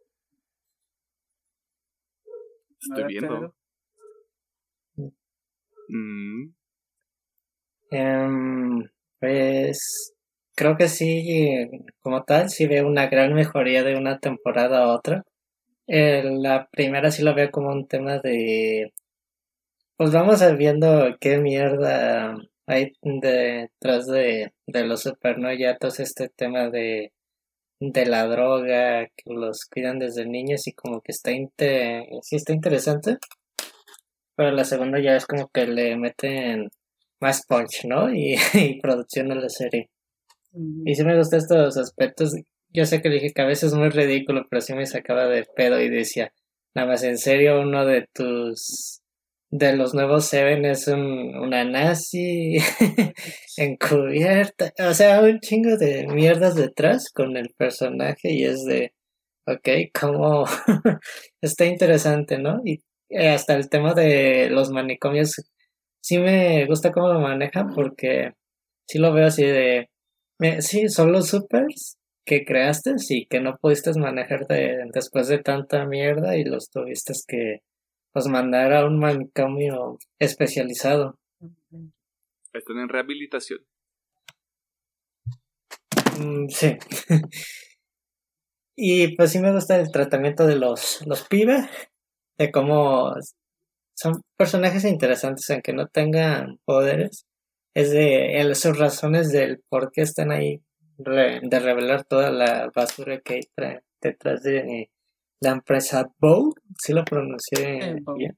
A estoy ver, viendo. Pedro. Mm, Em, pues creo que sí, como tal, sí veo una gran mejoría de una temporada a otra. Eh, la primera sí lo veo como un tema de, pues vamos a ir viendo qué mierda hay detrás de, de los super, ¿no? Ya todo este tema de, de la droga, que los cuidan desde niños y como que está, inte- sí está interesante. Pero la segunda ya es como que le meten más punch, ¿no? Y, y producción a la serie. Ujú. Y sí me gustan estos aspectos. Yo sé que dije que a veces es muy ridículo, pero sí me sacaba de pedo y decía, nada más en serio, uno de tus, de los nuevos Seven es un, una nazi encubierta. O sea, un chingo de mierdas detrás con el personaje y es de, ok, como está interesante, ¿no? Y eh, hasta el tema de los manicomios, sí me gusta cómo lo manejan porque sí lo veo así de, eh, sí, son los supers que creaste y que no pudiste manejar de- después de tanta mierda y los tuviste que pues mandar a un manicomio especializado. están en rehabilitación. Mm, sí. Y pues sí me gusta el tratamiento de los, los pibes, de cómo son personajes interesantes, aunque no tengan poderes. Es de el- sus razones del por qué están ahí, re- de revelar toda la basura que hay tra- detrás de la empresa Bow, si lo pronuncié Eh, Bow. bien.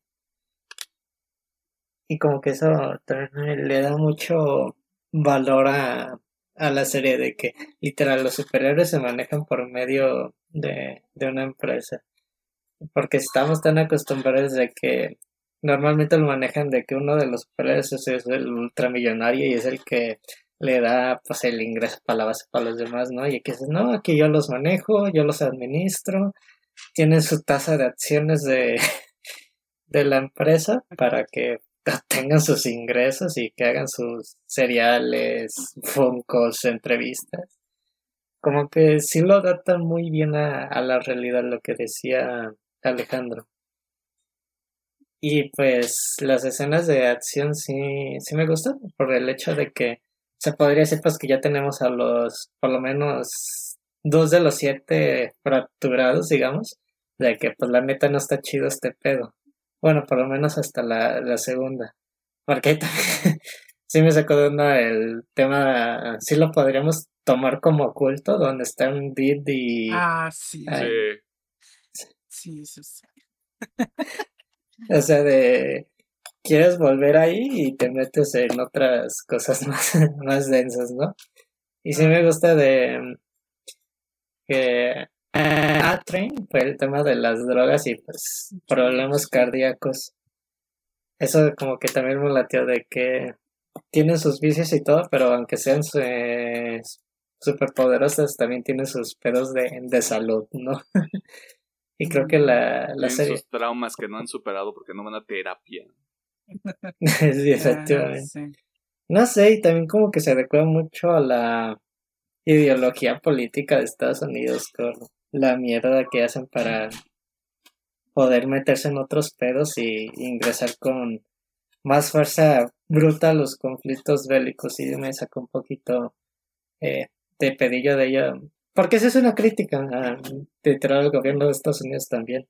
Y como que eso también le da mucho valor a, a la serie de que literal los superhéroes se manejan por medio de, de una empresa. Porque estamos tan acostumbrados de que normalmente lo manejan de que uno de los superhéroes es es el ultramillonario y es el que le da pues el ingreso para la base para los demás, ¿no? Y aquí dices, no, aquí yo los manejo, yo los administro, tienen su tasa de acciones de, de la empresa para que tengan sus ingresos y que hagan sus seriales, funcos, entrevistas. Como que sí lo adaptan muy bien a, a la realidad, lo que decía Alejandro. Y pues las escenas de acción sí, sí me gustan por el hecho de que se podría decir pues que ya tenemos a los, por lo menos, dos de los siete fracturados, digamos, de que pues la neta no está chido este pedo. Bueno, por lo menos hasta la, la segunda. Porque ahí también sí me sacó de onda el tema, sí lo podríamos tomar como oculto, donde están Did y... Ah, sí. ay, Sí. Sí, sí, sí. o sea, de... quieres volver ahí y te metes en otras cosas más, más densas, ¿no? Y sí me Ah, gusta de mm, que A-Train fue el tema de las drogas y pues problemas cardíacos. Eso como que también me latió de que tienen sus vicios y todo, pero aunque sean eh, superpoderosas, también tienen sus pedos de, de salud, ¿no? Y creo que la, la Tienen serie, sus traumas que no han superado porque no van a terapia. sí, ah, efectivamente. sí. No sé, y también como que se adecua mucho a la ideología política de Estados Unidos con la mierda que hacen para poder meterse en otros pedos y ingresar con más fuerza bruta a los conflictos bélicos. Y me sacó un poquito eh, de pedillo de ello, porque esa es una crítica a, literal al gobierno de Estados Unidos también.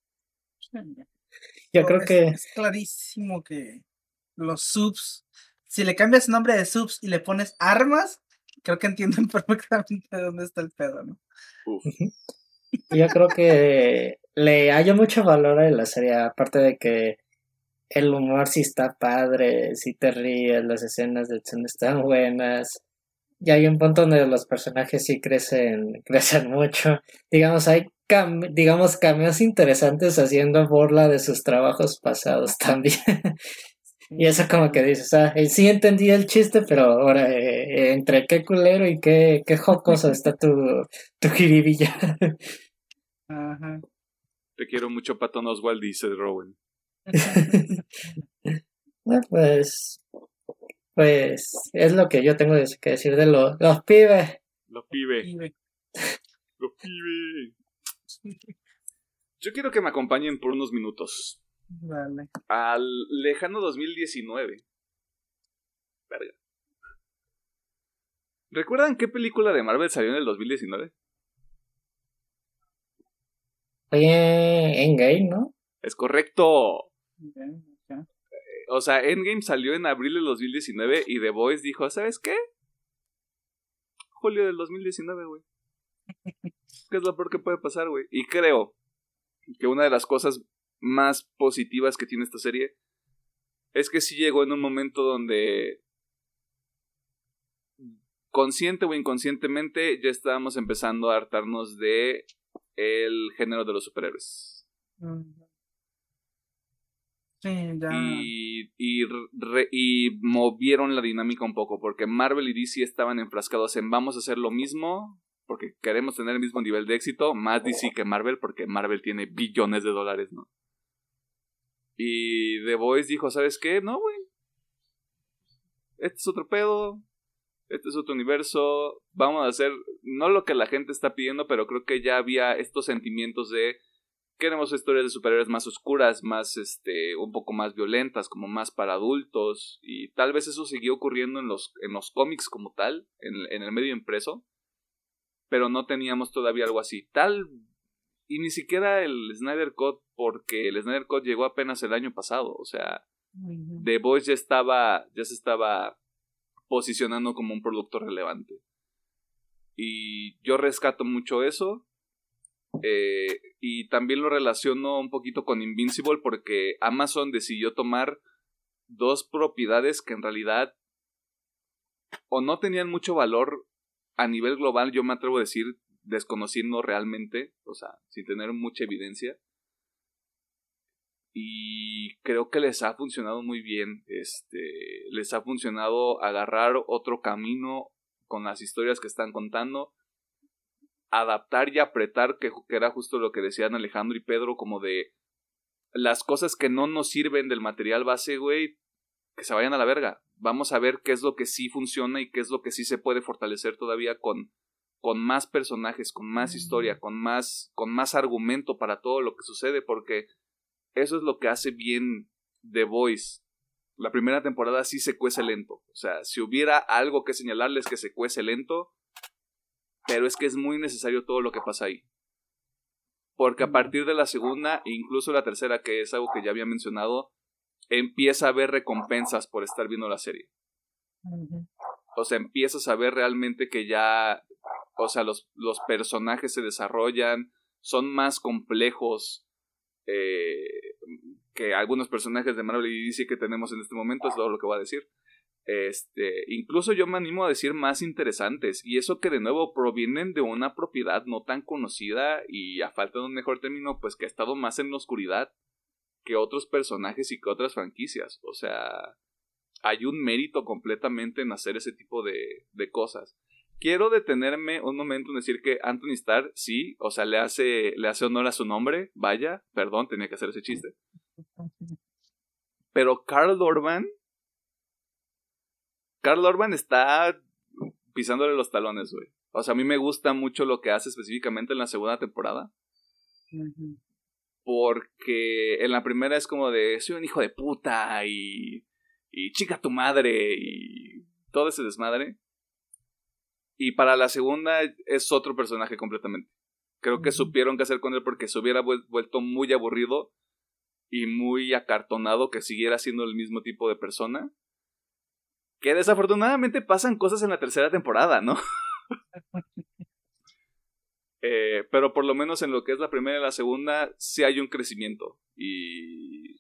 Yo Oh, creo es, que es clarísimo que los subs, si le cambias el nombre de subs y le pones armas, creo que entienden perfectamente dónde está el pedo, ¿no? Uf. yo creo que le hallo mucho valor a la serie, aparte de que el humor sí está padre, sí te ríes, las escenas de acción están buenas. Y hay un punto donde los personajes sí crecen, crecen mucho. Digamos, hay cam- digamos cameos interesantes haciendo burla de sus trabajos pasados también. Y eso como que dices, ah, eh, sí entendí el chiste, pero ahora eh, eh, entre qué culero y qué, qué jocoso está tu, tu jiribilla. Ajá. Te quiero mucho, Patton Oswalt, dice Rowan. Ah, pues, pues es lo que yo tengo que decir de lo- los pibes. Los pibes. Pibe. Los pibes. Yo quiero que me acompañen por unos minutos Vale. al lejano dos mil diecinueve. Verga. ¿Recuerdan qué película de Marvel salió en el dos mil diecinueve? Oye, Endgame, ¿no? Es correcto. Okay, okay. O sea, Endgame salió en abril del dos mil diecinueve y The Voice dijo, ¿sabes qué? Julio del dos mil diecinueve, güey. ¿Qué es lo peor que puede pasar, güey? Y creo que una de las cosas más positivas que tiene esta serie es que sí llegó en un momento donde, consciente o inconscientemente, ya estábamos empezando a hartarnos de el género de los superhéroes. Sí, ya. Y, y, re, y movieron la dinámica un poco, porque Marvel y D C estaban enfrascados en vamos a hacer lo mismo, porque queremos tener el mismo nivel de éxito, más D C que Marvel, porque Marvel tiene billones de dólares, ¿no? Y The Voice dijo, ¿sabes qué? No, güey. Este es otro pedo, este es otro universo, vamos a hacer, no lo que la gente está pidiendo, pero creo que ya había estos sentimientos de queremos historias de superhéroes más oscuras, más, este, un poco más violentas, como más para adultos, y tal vez eso siguió ocurriendo en los, en los cómics como tal, en, en el medio impreso, pero no teníamos todavía algo así, tal, y ni siquiera el Snyder Cut, porque el Snyder Cut llegó apenas el año pasado, o sea, uh-huh. The Voice ya estaba, ya se estaba posicionando como un producto relevante, y yo rescato mucho eso. Eh, y también lo relaciono un poquito con Invincible porque Amazon decidió tomar dos propiedades que en realidad o no tenían mucho valor a nivel global, yo me atrevo a decir, desconociendo realmente, o sea, sin tener mucha evidencia, y creo que les ha funcionado muy bien. Este, les ha funcionado agarrar otro camino con las historias que están contando, adaptar y apretar, que, que era justo lo que decían Alejandro y Pedro, como de las cosas que no nos sirven del material base, güey, que se vayan a la verga. Vamos a ver qué es lo que sí funciona y qué es lo que sí se puede fortalecer todavía con, con más personajes, con más historia, con más, con más argumento para todo lo que sucede, porque eso es lo que hace bien The Voice. La primera temporada sí se cuece lento. O sea, si hubiera algo que señalarles que se cuece lento, pero es que es muy necesario todo lo que pasa ahí. Porque a partir de la segunda, e incluso la tercera, que es algo que ya había mencionado, empieza a haber recompensas por estar viendo la serie. Uh-huh. O sea, empiezas a ver realmente que ya, o sea, los, los personajes se desarrollan, son más complejos eh, que algunos personajes de Marvel y D C que tenemos en este momento, es todo lo que voy a decir. Este, incluso yo me animo a decir más interesantes, y eso que de nuevo provienen de una propiedad no tan conocida y a falta de un mejor término, pues que ha estado más en la oscuridad que otros personajes y que otras franquicias. O sea, hay un mérito completamente en hacer ese tipo de, de cosas. Quiero detenerme un momento en decir que Anthony Starr, sí, o sea, le hace, le hace honor a su nombre, vaya, perdón, tenía que hacer ese chiste. Pero Carl Urban Karl Urban está pisándole los talones, güey. O sea, a mí me gusta mucho lo que hace específicamente en la segunda temporada. Ujú. Porque en la primera es como de, soy un hijo de puta y, y chica tu madre y todo ese desmadre. Y para la segunda es otro personaje completamente. Creo que Ujú. supieron qué hacer con él porque se hubiera vuel- vuelto muy aburrido y muy acartonado que siguiera siendo el mismo tipo de persona. Que desafortunadamente pasan cosas en la tercera temporada, ¿no? Eh, pero por lo menos en lo que es la primera y la segunda sí hay un crecimiento. Y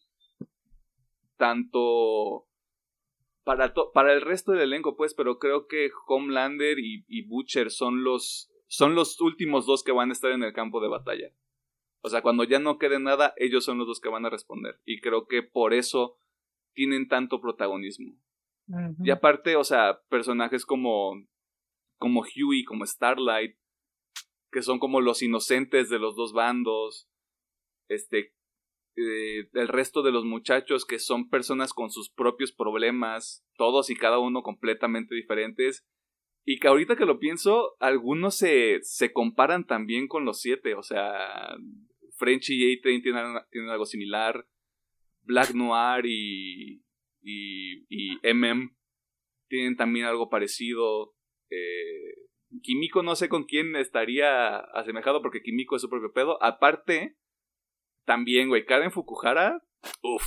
tanto para, to- para el resto del elenco, pues, pero creo que Homelander y, y Butcher son los, son los últimos dos que van a estar en el campo de batalla. O sea, cuando ya no quede nada, ellos son los dos que van a responder. Y creo que por eso tienen tanto protagonismo. Ujú. Y aparte, o sea, personajes como, como Huey, como Starlight, que son como los inocentes de los dos bandos. Este, eh, el resto de los muchachos que son personas con sus propios problemas, todos y cada uno completamente diferentes. Y que ahorita que lo pienso, algunos se, se comparan también con los siete. O sea, French y A-Train tienen, tienen algo similar. Black Noir y, y, y M M tienen también algo parecido. Eh, Kimiko no sé con quién estaría asemejado porque Kimiko es su propio pedo. Aparte, también, güey, Karen Fukuhara, uff.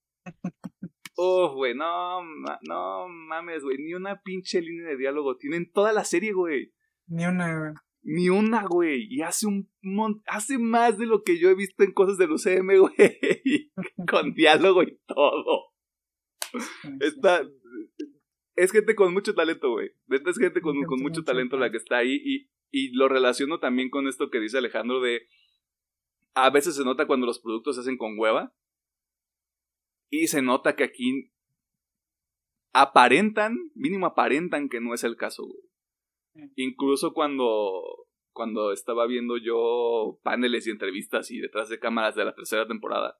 Uf, güey, no, ma- no mames, güey, ni una pinche línea de diálogo tienen toda la serie, güey. Ni una. Ni una, güey. Y hace un mon- hace más de lo que yo he visto en cosas del U C M, güey. Con diálogo y todo. Está... Es gente con mucho talento, güey. Neta es gente con, con mucho talento la que está ahí. Y, y lo relaciono también con esto que dice Alejandro de... A veces se nota cuando los productos se hacen con hueva. Y se nota que aquí aparentan, mínimo aparentan que no es el caso, güey. Incluso cuando, cuando estaba viendo yo paneles y entrevistas y detrás de cámaras de la tercera temporada,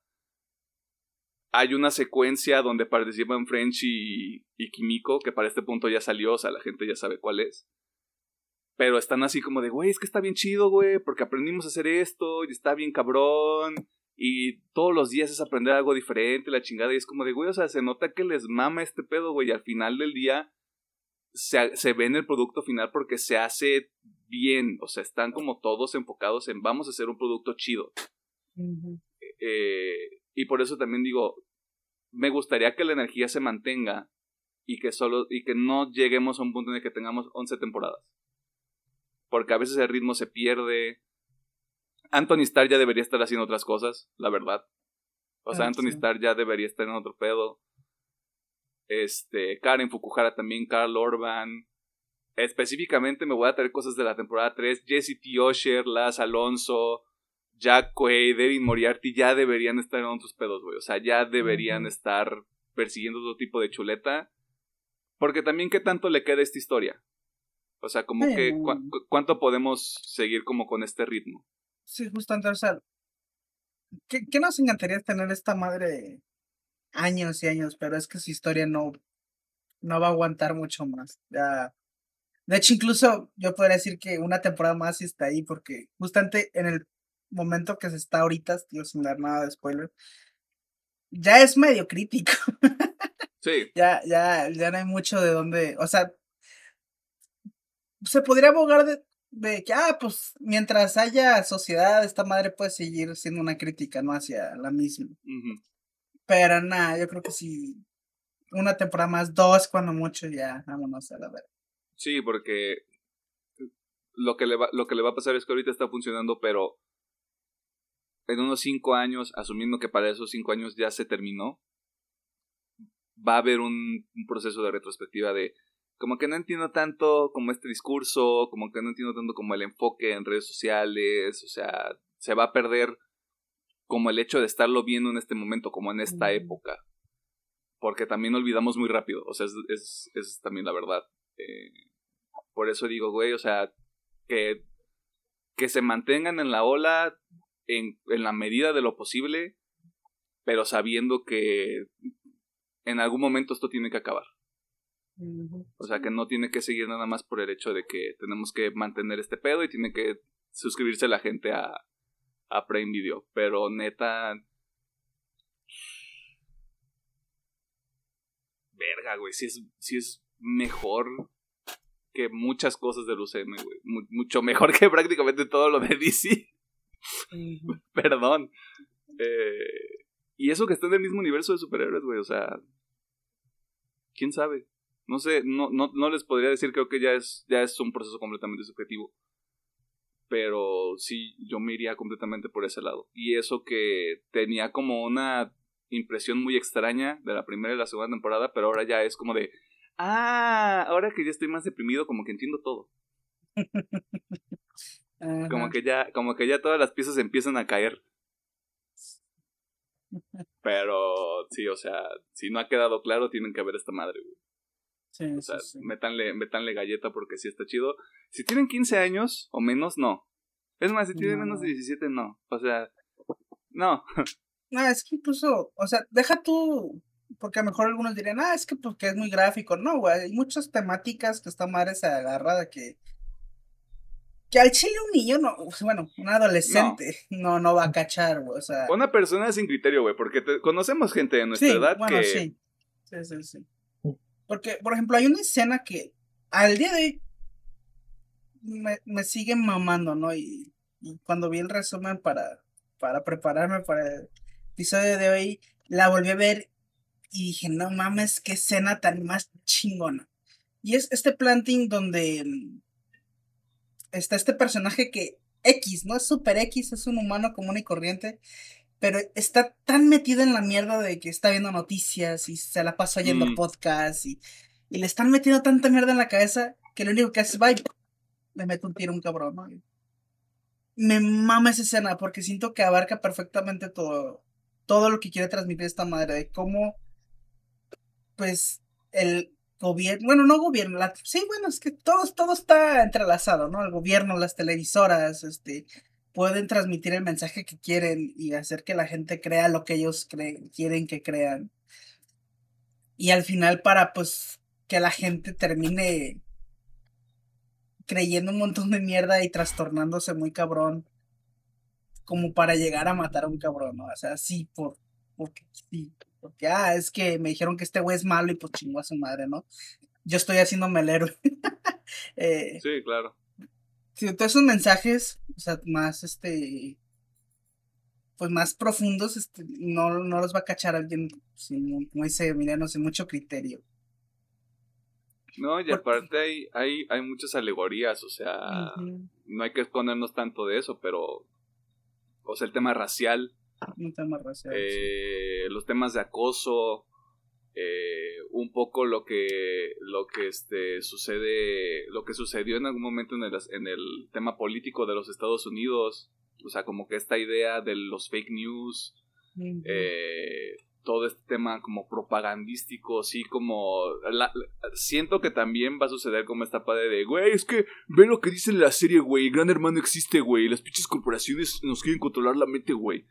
hay una secuencia donde participan French y, y Kimiko, que para este punto ya salió, o sea, la gente ya sabe cuál es. Pero están así como de, güey, es que está bien chido, güey, porque aprendimos a hacer esto y está bien cabrón. Y todos los días es aprender algo diferente, la chingada. Y es como de, güey, o sea, se nota que les mama este pedo, güey. Y al final del día se, se ve en el producto final porque se hace bien. O sea, están como todos enfocados en vamos a hacer un producto chido. Ujú. Eh, y por eso también digo, me gustaría que la energía se mantenga y que, solo, y que no lleguemos a un punto en el que tengamos once temporadas. Porque a veces el ritmo se pierde. Anthony Starr ya debería estar haciendo otras cosas, la verdad. O sea, Ah, Anthony sí. Starr ya debería estar en otro pedo. Este, Karen Fukuhara también, Karl Urban. Específicamente me voy a traer cosas de la temporada tres. Jesse T. Usher, Laz Alonso, Jack Quaid, Devin Moriarty ya deberían estar en otros pedos, güey. O sea, ya deberían Ujú. estar persiguiendo otro tipo de chuleta. Porque también, ¿qué tanto le queda a esta historia? O sea, como Sí, que, no. cu- cu- ¿cuánto podemos seguir como con este ritmo? Sí, justamente, o sea, ¿qué, qué nos encantaría tener esta madre años y años? Pero es que su historia no, no va a aguantar mucho más. Ya. De hecho, incluso yo podría decir que una temporada más sí está ahí, porque justamente en el momento que se está ahorita, tío, sin dar nada de spoiler, ya es medio crítico. Sí. Ya, ya, ya no hay mucho de dónde, o sea, se podría abogar de, de que, ah, pues, mientras haya sociedad, esta madre puede seguir siendo una crítica, ¿no? Hacia la misma. Ujú. Pero nada, yo creo que sí, una temporada más, dos cuando mucho, ya, vámonos a la verga. Sí, porque lo que, le va, lo que le va a pasar es que ahorita está funcionando, pero en unos cinco años, asumiendo que para esos cinco años ya se terminó, va a haber un, un proceso de retrospectiva de como que no entiendo tanto como este discurso, como que no entiendo tanto como el enfoque en redes sociales, o sea, se va a perder como el hecho de estarlo viendo en este momento, como en esta Ujú. época, porque también olvidamos muy rápido, o sea, es, es, es también la verdad. Eh, por eso digo, güey, o sea, que, que se mantengan en la ola en, en la medida de lo posible, pero sabiendo que en algún momento esto tiene que acabar. Ujú. O sea, que no tiene que seguir nada más por el hecho de que tenemos que mantener este pedo y tiene que suscribirse la gente a, a Prime Video. Pero neta... Verga, güey. Sí es, sí es mejor que muchas cosas del U C M, güey. Mu- mucho mejor que prácticamente todo lo de D C. Ujú. Perdón. Eh, y eso que está en el mismo universo de superhéroes, güey. O sea... ¿Quién sabe? No sé, no, no, no les podría decir, creo que ya es, ya es un proceso completamente subjetivo. Pero sí, yo me iría completamente por ese lado. Y eso que tenía como una impresión muy extraña de la primera y la segunda temporada, pero ahora ya es como de... Ah, ahora que ya estoy más deprimido, como que entiendo todo. Como Ajá. que ya, como que ya todas las piezas empiezan a caer. Pero sí, o sea, si no ha quedado claro, tienen que ver esta madre, güey. Sí, O sea, sí, sí. métanle, métanle galleta porque sí está chido. Si tienen quince años o menos, no. Es más, si tienen menos de No. diecisiete, no. O sea, no. No, es que incluso, o sea, deja tú, porque a lo mejor algunos dirían, ah, es que porque es muy gráfico. No, güey, hay muchas temáticas que esta madre se agarra de que, que al chile un niño, no, bueno, un No. adolescente no, no va a cachar, güey, o sea, Una persona sin criterio, güey, porque te- conocemos gente de nuestra sí, edad bueno, que... sí, sí, sí, sí. Porque, por ejemplo, hay una escena que al día de hoy me, me sigue mamando, ¿no? Y, y cuando vi el resumen para, para prepararme para el episodio de hoy, la volví a ver y dije, no mames, qué escena tan más chingona. Y es este planting donde mm, está este personaje que X, ¿no? Es super X, es un humano común y corriente, pero está tan metido en la mierda de que está viendo noticias y se la pasa oyendo mm, podcasts y, y le están metiendo tanta mierda en la cabeza que lo único que hace es, va y le mete un tiro a un cabrón, ¿no? Me mama esa escena porque siento que abarca perfectamente todo, todo lo que quiere transmitir esta madre, de cómo pues el gobierno, bueno, no gobierno, la, sí, bueno, es que todo, todo está entrelazado, ¿no? El gobierno, las televisoras, este, pueden transmitir el mensaje que quieren y hacer que la gente crea lo que ellos creen, quieren que crean. Y al final para, pues, que la gente termine creyendo un montón de mierda y trastornándose muy cabrón, como para llegar a matar a un cabrón, ¿no? O sea, sí, por, porque sí. Porque, ah, es que me dijeron que este güey es malo y pues chingó a su madre, ¿no? Yo estoy haciéndome el héroe. eh, sí, claro. sí, todos esos mensajes, o sea, más, este, pues más profundos, este, no, no los va a cachar alguien, sin, como dice Emiliano, sin mucho criterio. No, y Porque, aparte hay, hay, hay muchas alegorías, o sea, ujú, no hay que escondernos tanto de eso, pero, o sea, el tema racial, un tema racial, sí. eh, los temas de acoso, eh, un poco lo que, lo que este, sucede, lo que sucedió en algún momento en el, en el tema político de los Estados Unidos, o sea, como que esta idea de los fake news, Ujú. eh, todo este tema como propagandístico, sí, como la, la- siento que también va a suceder como esta padre de, güey, es que ve lo que dice en la serie, güey, el Gran Hermano existe, güey, las pinches corporaciones nos quieren controlar la mente, güey.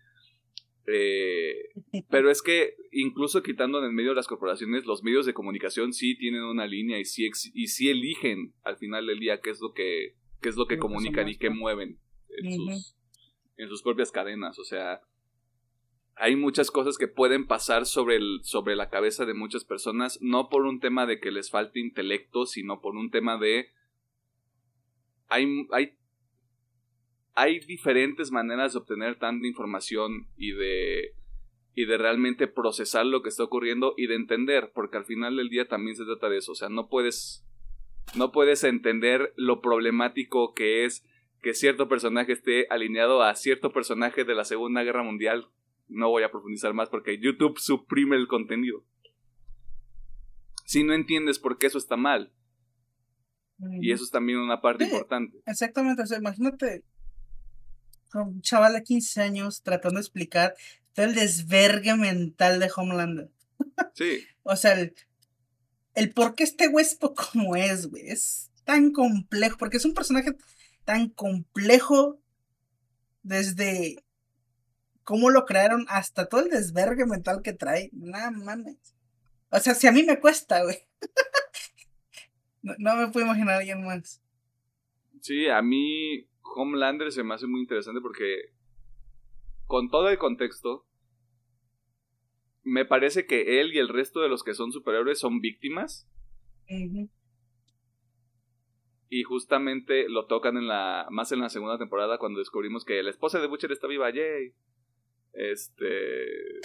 Eh, pero es que incluso quitando en el medio de las corporaciones, los medios de comunicación sí tienen una línea y sí, ex- y sí eligen al final del día qué es lo que, qué es lo que Lo que son comunican y qué más, mueven en ujú. sus, en sus propias cadenas, o sea, hay muchas cosas que pueden pasar sobre, el, sobre la cabeza de muchas personas, no por un tema de que les falte intelecto, sino por un tema de... Hay, hay, hay diferentes maneras de obtener tanta información y de, y de realmente procesar lo que está ocurriendo y de entender, porque al final del día también se trata de eso, o sea, no puedes, no puedes entender lo problemático que es que cierto personaje esté alineado a cierto personaje de la Segunda Guerra Mundial. No voy a profundizar más porque YouTube suprime el contenido. Si no entiendes por qué eso está mal. Y Ujú. eso es también una parte Sí, importante. exactamente, o sea, imagínate a un chaval de quince años tratando de explicar todo el desvergue mental de Homelander. Sí. O sea, el, el por qué este güey es po- como es, güey. Es tan complejo, porque es un personaje tan complejo desde cómo lo crearon hasta todo el desvergue mental que trae. Nada mames. O sea, si a mí me cuesta, güey. No, no me puedo imaginar a alguien más. Sí, a mí Homelander se me hace muy interesante porque con todo el contexto me parece que él y el resto de los que son superhéroes son víctimas. Uh-huh. Y justamente lo tocan en la más en la segunda temporada cuando descubrimos que la esposa de Butcher está viva, yay. Este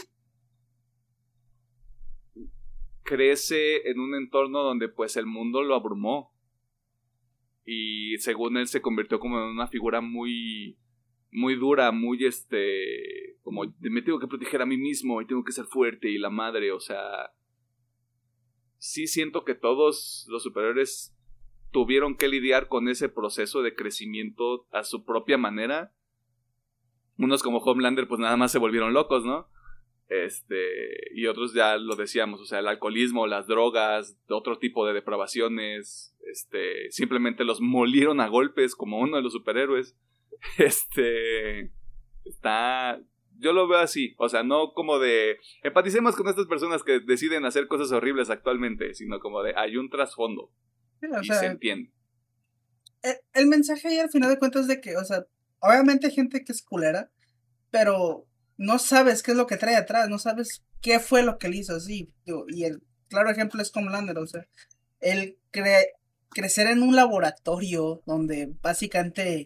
crece en un entorno donde pues el mundo lo abrumó. Y según él se convirtió como en una figura muy muy dura, muy este como de, me tengo que proteger a mí mismo y tengo que ser fuerte y la madre, o sea, sí siento que todos los superhéroes tuvieron que lidiar con ese proceso de crecimiento a su propia manera. Unos como Homelander pues nada más se volvieron locos, ¿no? Este, y otros ya lo decíamos, o sea, el alcoholismo, las drogas, otro tipo de depravaciones, este, simplemente los molieron a golpes como uno de los superhéroes. Este, está, yo lo veo así, o sea, no como de empaticemos con estas personas que deciden hacer cosas horribles actualmente, sino como de hay un trasfondo. Sí, o y sea, se entiende. El, el mensaje ahí al final de cuentas de que, o sea, obviamente hay gente que es culera, pero no sabes qué es lo que trae atrás, no sabes qué fue lo que le hizo así. Digo, y el claro ejemplo es Homelander, o sea, el cre crecer en un laboratorio donde básicamente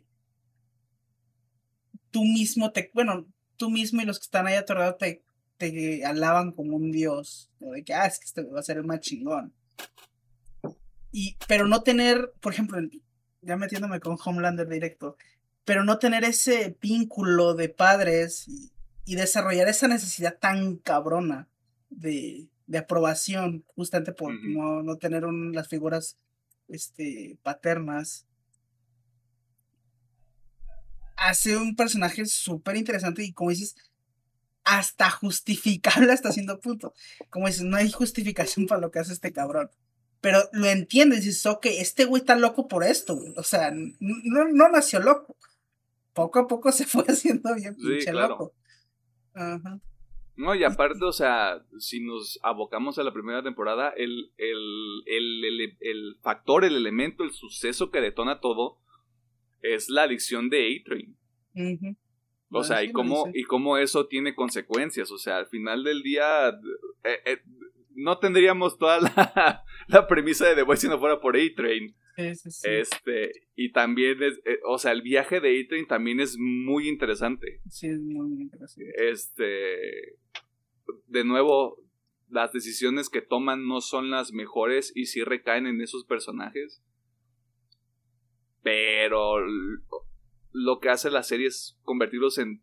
tú mismo te, bueno, tú mismo y los que están ahí a tu alrededor te, te alaban como un dios, ¿no? De que, ah, es que este va a ser el más chingón. Y, pero no tener, por ejemplo, ya metiéndome con Homelander directo, pero no tener ese vínculo de padres y, y desarrollar esa necesidad tan cabrona de, de aprobación, justamente por Ujú. no, no tener un, las figuras este, paternas, hace un personaje súper interesante y como dices, hasta justificable hasta cierto punto. Como dices, no hay justificación para lo que hace este cabrón. Pero lo entiendes y dices, ok, este güey está loco por esto, güey. O sea, no, no nació loco. Poco a poco se fue haciendo bien Sí, pinche claro. loco. Ajá. No, y aparte, o sea, si nos abocamos a la primera temporada, el, el, el, el, el factor, el elemento, el suceso que detona todo es la adicción de A-Train. Uh-huh. O sea, sí, y cómo, y cómo eso tiene consecuencias. O sea, al final del día eh, eh, no tendríamos toda la, la premisa de The Voice si no fuera por A-Train. Sí, sí, sí. Este, y también, es, eh, o sea, el viaje de A-Train también es muy interesante. Sí, es muy, muy interesante. Este, de nuevo, las decisiones que toman no son las mejores y sí recaen en esos personajes. Pero lo que hace la serie es convertirlos en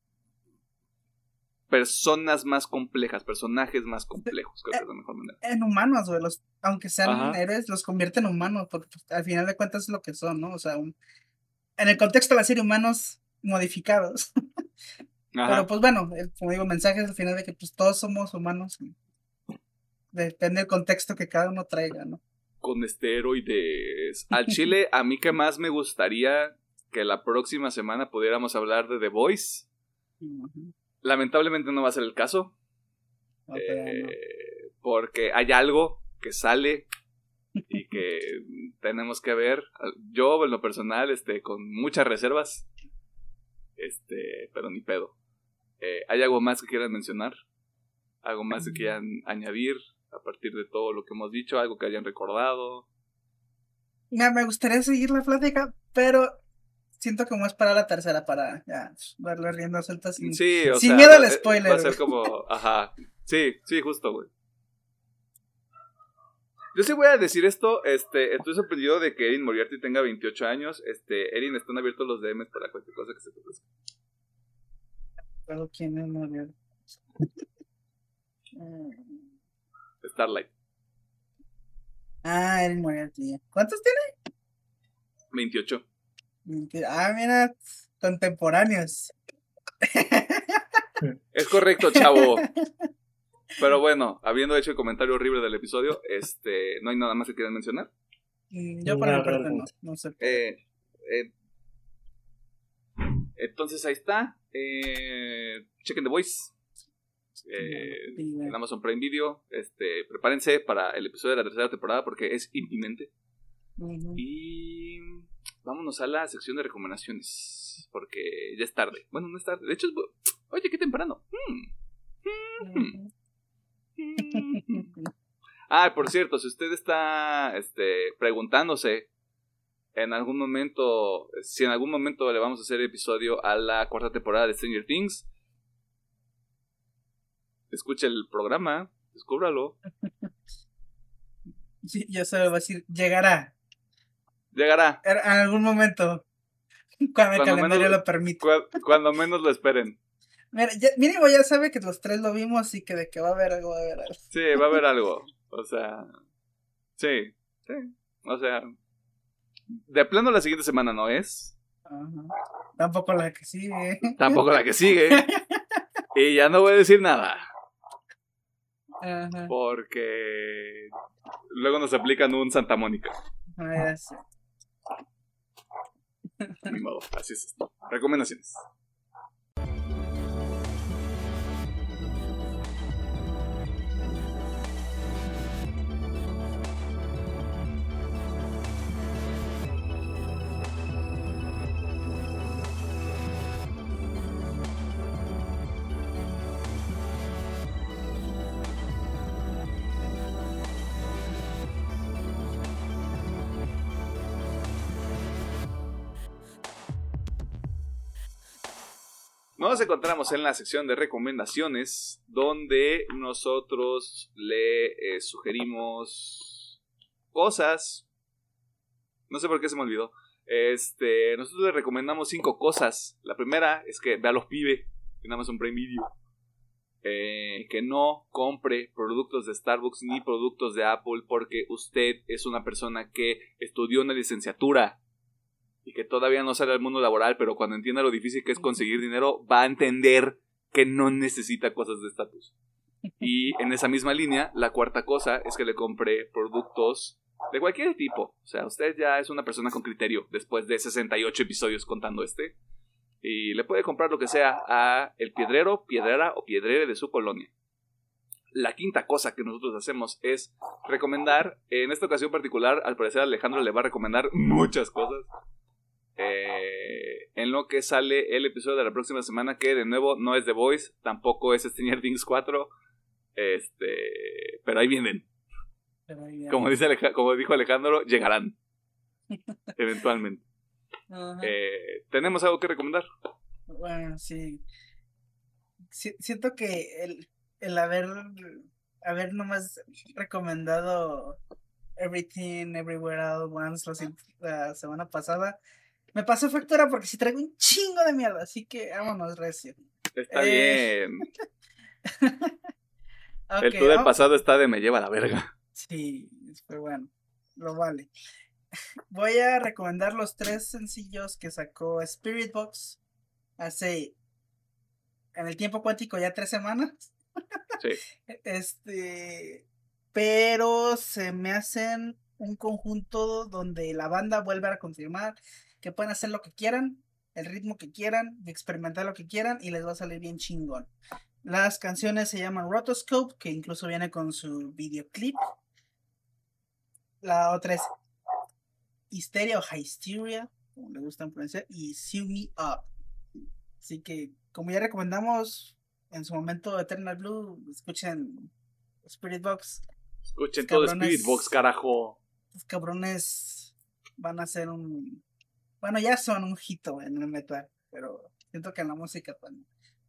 personas más complejas, personajes más complejos, creo que es la mejor manera. En humanos, güey, los, aunque sean Ajá. héroes, los convierte en humanos, porque pues, al final de cuentas es lo que son, ¿no? O sea, un, en el contexto de la serie, humanos modificados. Ajá. Pero pues bueno, el, como digo, mensajes al final de que pues todos somos humanos. Depende del contexto que cada uno traiga, ¿no? Con esteroides. Al chile, a mí que más me gustaría que la próxima semana pudiéramos hablar de The Voice. Uh-huh. Lamentablemente no va a ser el caso. No, eh, no. Porque hay algo que sale y que tenemos que ver. Yo, en lo personal, este, con muchas reservas. Este, pero ni pedo. Eh, ¿Hay algo más que quieran mencionar? ¿Algo más que quieran añadir a partir de todo lo que hemos dicho? ¿Algo que hayan recordado? Me, me gustaría seguir la plática, pero siento como es para la tercera, para ya darle rienda suelta sin, sí, o sin sea, miedo al va, spoiler. Va a ser como, ajá, sí, sí, justo, güey. Yo sí voy a decir esto, este, estoy sorprendido de que Erin Moriarty tenga veintiocho años. Este, Erin, están abiertos los D Ms para cualquier cosa que se te ofrezca. ¿Pero quién es Moriarty? Starlight. Ah, Erin Moriarty. ¿Cuántos tiene? veintiocho. Ah, mira, contemporáneos. Es correcto, chavo. Pero bueno, habiendo hecho el comentario horrible del episodio, este, ¿no hay nada más que quieran mencionar? Yo por No, mi parte no, realmente. no sé. Eh, eh, entonces ahí está. Eh, chequen The Voice. Eh, Sí, en Amazon Prime Video. Este, prepárense para el episodio de la tercera temporada porque es inminente. Ujú. Y vámonos a la sección de recomendaciones, porque ya es tarde. Bueno, no es tarde, de hecho es... bu- Oye, qué temprano. Mm. Mm. Mm. Ah, por cierto, si usted está este, preguntándose en algún momento, si en algún momento le vamos a hacer episodio a la cuarta temporada de Stranger Things, escuche el programa, descúbralo. Sí, yo solo voy a decir, llegará Llegará. en en algún momento, cuando el Cuando calendario menos, lo permita. cu- cuando menos lo esperen. Mira, ya, mínimo ya sabe que los tres lo vimos y que de que va a haber algo, va a haber algo. Sí, va a haber algo. O sea, sí, sí. O sea, de plano la siguiente semana no es. Ajá. Tampoco la que sigue. Tampoco la que sigue. Y ya no voy a decir nada. Ajá. Porque luego nos aplican un Santa Mónica. Ah, ya sé. Ni modo, así es esto. Recomendaciones. Nos encontramos en la sección de recomendaciones, donde nosotros le eh, sugerimos cosas. No sé por qué se me olvidó. Este, nosotros le recomendamos cinco cosas. La primera es que vea los pibes en Amazon Prime Video. Eh, que no compre productos de Starbucks ni productos de Apple porque usted es una persona que estudió una licenciatura y que todavía no sale al mundo laboral, pero cuando entienda lo difícil que es conseguir dinero, va a entender que no necesita cosas de estatus. Y en esa misma línea, la cuarta cosa es que le compre productos de cualquier tipo. O sea, usted ya es una persona con criterio después de sesenta y ocho episodios contando este. Y le puede comprar lo que sea a el piedrero, piedrera o piedrere de su colonia. La quinta cosa que nosotros hacemos es recomendar, en esta ocasión particular, al parecer Alejandro le va a recomendar muchas cosas. Eh, en lo que sale el episodio de la próxima semana, que de nuevo no es The Voice, tampoco es Stranger Things cuatro, este, pero ahí vienen. Pero ya. Como, dice Aleja- como dijo Alejandro, llegarán eventualmente. Ajá. Eh, ¿Tenemos algo que recomendar? Bueno, sí. Si- siento que el, el haber, haber nomás recomendado Everything, Everywhere All at Once la, se- la semana pasada, me pasó factura porque si traigo un chingo de mierda, así que vámonos, recio. Está Eh, bien. Ok, El tú del vamos- pasado está de me lleva a la verga. Sí, fue bueno, lo vale. Voy a recomendar los tres sencillos que sacó Spirit Box hace, en el tiempo cuántico, ya tres semanas. Sí. Este, pero se me hacen un conjunto donde la banda vuelve a confirmar que pueden hacer lo que quieran, el ritmo que quieran, y experimentar lo que quieran y les va a salir bien chingón. Las canciones se llaman Rotoscope, que incluso viene con su videoclip. La otra es Hysteria o Hysteria, como le gustan pronunciar, y Sew Me Up. Así que, como ya recomendamos en su momento Eternal Blue, escuchen Spirit Box. Escuchen Los todo cabrones- Spirit Box, carajo. Los cabrones van a ser un... Bueno, ya son un hito en el metal, pero siento que en la música también.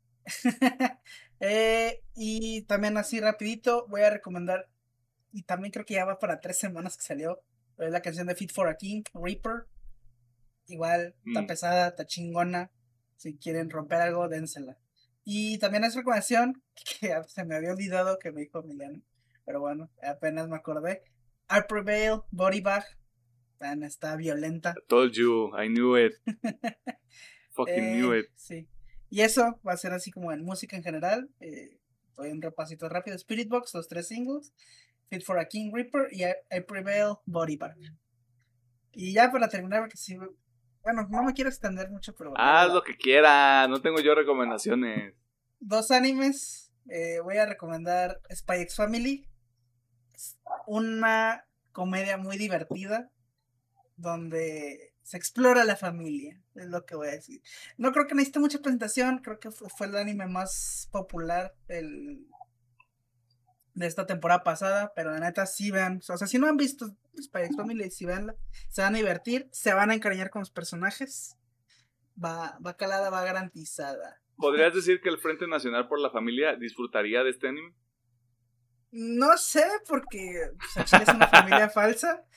Eh, y también así rapidito voy a recomendar, y también creo que ya va para tres semanas que salió, pero es la canción de Fit for a King, Reaper. Igual, está Mm. pesada, está chingona. Si quieren romper algo, dénsela. Y también es recomendación que se me había olvidado que me dijo Emiliano, pero bueno, apenas me acordé. I Prevail, Body Bag. Tan está violenta. I told you, I knew it. Fucking Eh, knew it. Sí. Y eso va a ser así como en música en general. Eh, doy un repasito rápido. Spirit Box, los tres singles. Fit for a King, Reaper y I, I Prevail, Body Bag. Y ya para terminar, porque sí, bueno, no me quiero extender mucho, pero Haz la- lo que quiera, no tengo yo recomendaciones. dos animes. Eh, voy a recomendar Spy X Family. Es una comedia muy divertida. donde se explora la familia, es lo que voy a decir. No creo que necesite mucha presentación, creo que fue, fue el anime más popular el, de esta temporada pasada, pero la neta sí vean, o sea, si no han visto Spy X Family, sí veanla, se van a divertir, se van a encariñar con los personajes, va, va calada, va garantizada. ¿Podrías decir que el Frente Nacional por la Familia disfrutaría de este anime? No sé, porque pues, Chile es una familia falsa.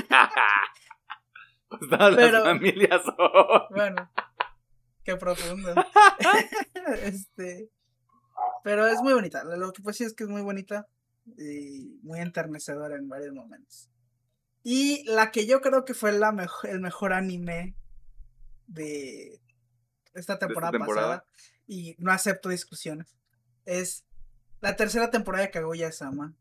Pues todas Pero, las familias son. Bueno, qué profundo. este, pero es muy bonita. Lo que pues sí es que es muy bonita y muy enternecedora en varios momentos. Y la que yo creo que fue la mejor, el mejor anime de esta temporada, ¿De esta temporada? pasada, y no acepto discusiones, es la tercera temporada de Kaguya-sama.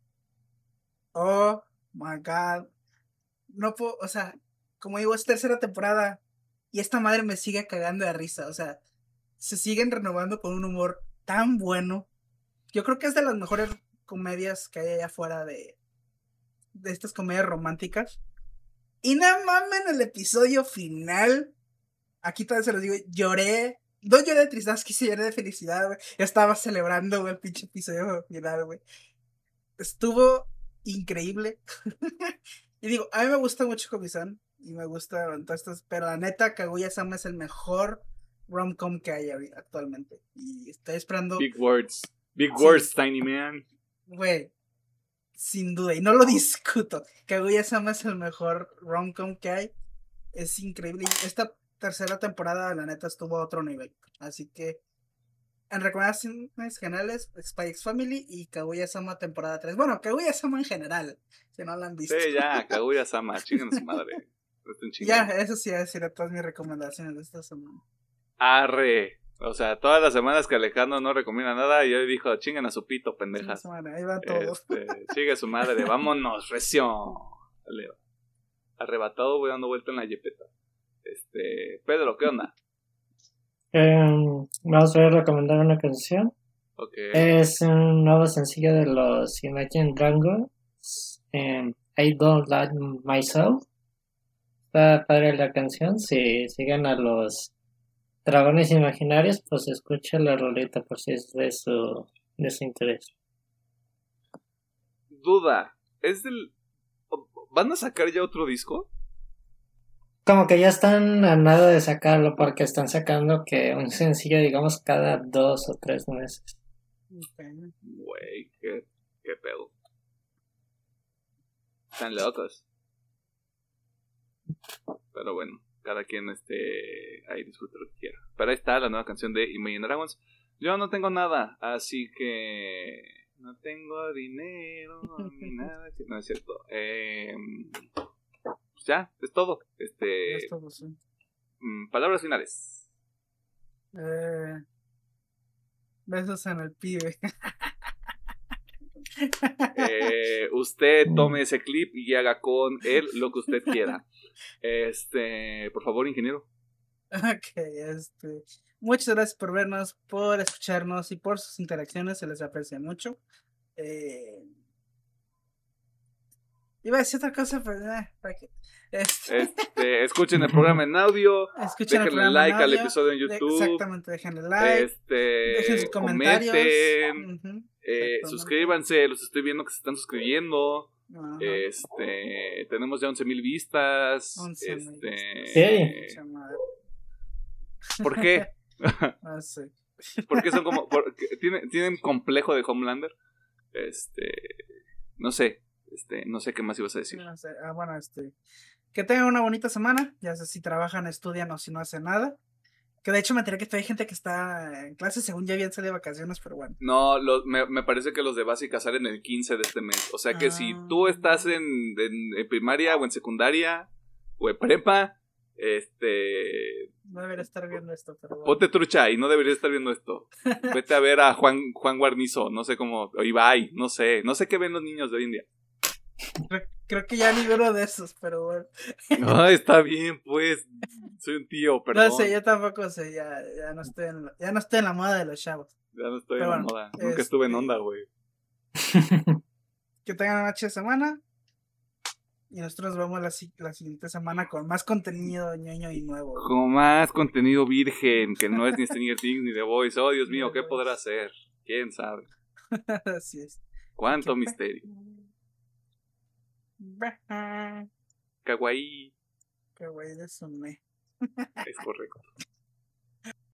Oh my god. No puedo, o sea, como digo, es tercera temporada y esta madre me sigue cagando de risa. O sea, se siguen renovando con un humor tan bueno. Yo creo que es de las mejores comedias que hay allá afuera de, de estas comedias románticas. Y nada mames, en el episodio final, aquí todavía se los digo, lloré. No lloré de tristeza, que sí lloré de felicidad, güey. Yo estaba celebrando, güey, el pinche episodio final, güey. Estuvo increíble. Y digo, a mí me gusta mucho Komi-san y me gusta todas estas, pero la neta, Kaguya-sama es el mejor rom-com que hay actualmente. Y estoy esperando. Big words. Big Sí. words, Tiny Man. Güey, sin duda, y no lo discuto. Kaguya-sama es el mejor rom-com que hay. Es increíble. Y esta tercera temporada, la neta, estuvo a otro nivel. Así que, en recomendaciones generales, Spy X Family y Kaguya-sama temporada tres. Bueno, Kaguya-sama en general, si no la han visto. Sí, ya, Kaguya-sama, chinguen a su madre. No estén Ya, chingando. eso sí, decir a todas mis recomendaciones de esta semana. Arre. O sea, todas las semanas que Alejandro no recomienda nada, y hoy dijo, chingan a su pito, pendejas. Semana, ahí va todo. Este, sigue su madre, vámonos, recio. Dale. Arrebatado, voy dando vuelta en la yepeta. Este, Pedro, ¿qué onda? Eh, vamos a recomendar una canción. Ok. Es un nuevo sencillo de los Imagine Dragons. eh, I Don't Like Myself. Está padre la canción. Si siguen a los dragones imaginarios, pues escucha la rolita por si es de su, de su interés. Duda, ¿es del... ¿Van a sacar ya otro disco? Como que ya están a nada de sacarlo porque están sacando que un sencillo, digamos, cada dos o tres meses. Okay. Güey, qué, qué pedo. Están locos. Pero bueno, cada quien este ahí disfruta lo que quiera. Pero ahí está la nueva canción de Imagine Dragons. Yo no tengo nada, así que no tengo dinero ni nada. No es cierto. Eh, pues ya, es todo. Este, Esto, pues, sí. mm, palabras finales. Eh, besos en el pibe. Eh, usted tome ese clip y haga con él lo que usted quiera. Este, por favor, ingeniero. Ok, este. Muchas gracias por vernos, por escucharnos y por sus interacciones, se les aprecia mucho. Eh, iba a decir otra cosa, pero eh, ¿para qué? Este, Este, escuchen el programa en audio. escuchen el Déjenle programa like en al audio, episodio en de- YouTube. exactamente, déjenle like, Este, dejen sus comentarios. comenten, Ujú, eh, exactamente. suscríbanse. Los estoy viendo que se están suscribiendo. Ajá. Este, tenemos ya once mil vistas. once mil Este, Sí. Mucha madre. ¿por qué? No sé. ¿Por qué son como porque tienen tienen complejo de Homelander? Este, no sé, este, no sé qué más ibas a decir. No sé. Ah, bueno, este. Que tengan una bonita semana. Ya sé si trabajan, estudian o si no hacen nada. Que de hecho me enteré que hay gente que está en clase según ya habían salido de vacaciones, pero bueno. No, lo- me, me parece que los de básica salen el quince de este mes. O sea que Ah. si tú estás en, en, en primaria o en secundaria o en prepa, este, No debería estar viendo esto, pero bueno. ponte trucha y no deberías estar viendo esto. Vete a ver a Juan Juan Guarnizo, no sé cómo, o Ibai, no sé, no sé qué ven los niños de hoy en día. Creo, creo que ya ni uno de esos, pero bueno. No, está bien, pues, soy un tío, perdón. No sé, yo tampoco sé, ya, ya no estoy en la, ya no estoy en la moda de los chavos. Ya no estoy Pero en la bueno, moda. Nunca estuve en este- onda, güey. Que tengan una noche de semana. Y nosotros nos vemos la, si- la siguiente semana con más contenido ñoño y nuevo. Con más contenido virgen, que no es ni Stranger Things ni The Voice. Oh, Dios mío, ¿qué podrá ser? ¿Quién sabe? Así es. ¿Cuánto Así que- misterio? Kawaii. Qué güey de Sume. Es correcto.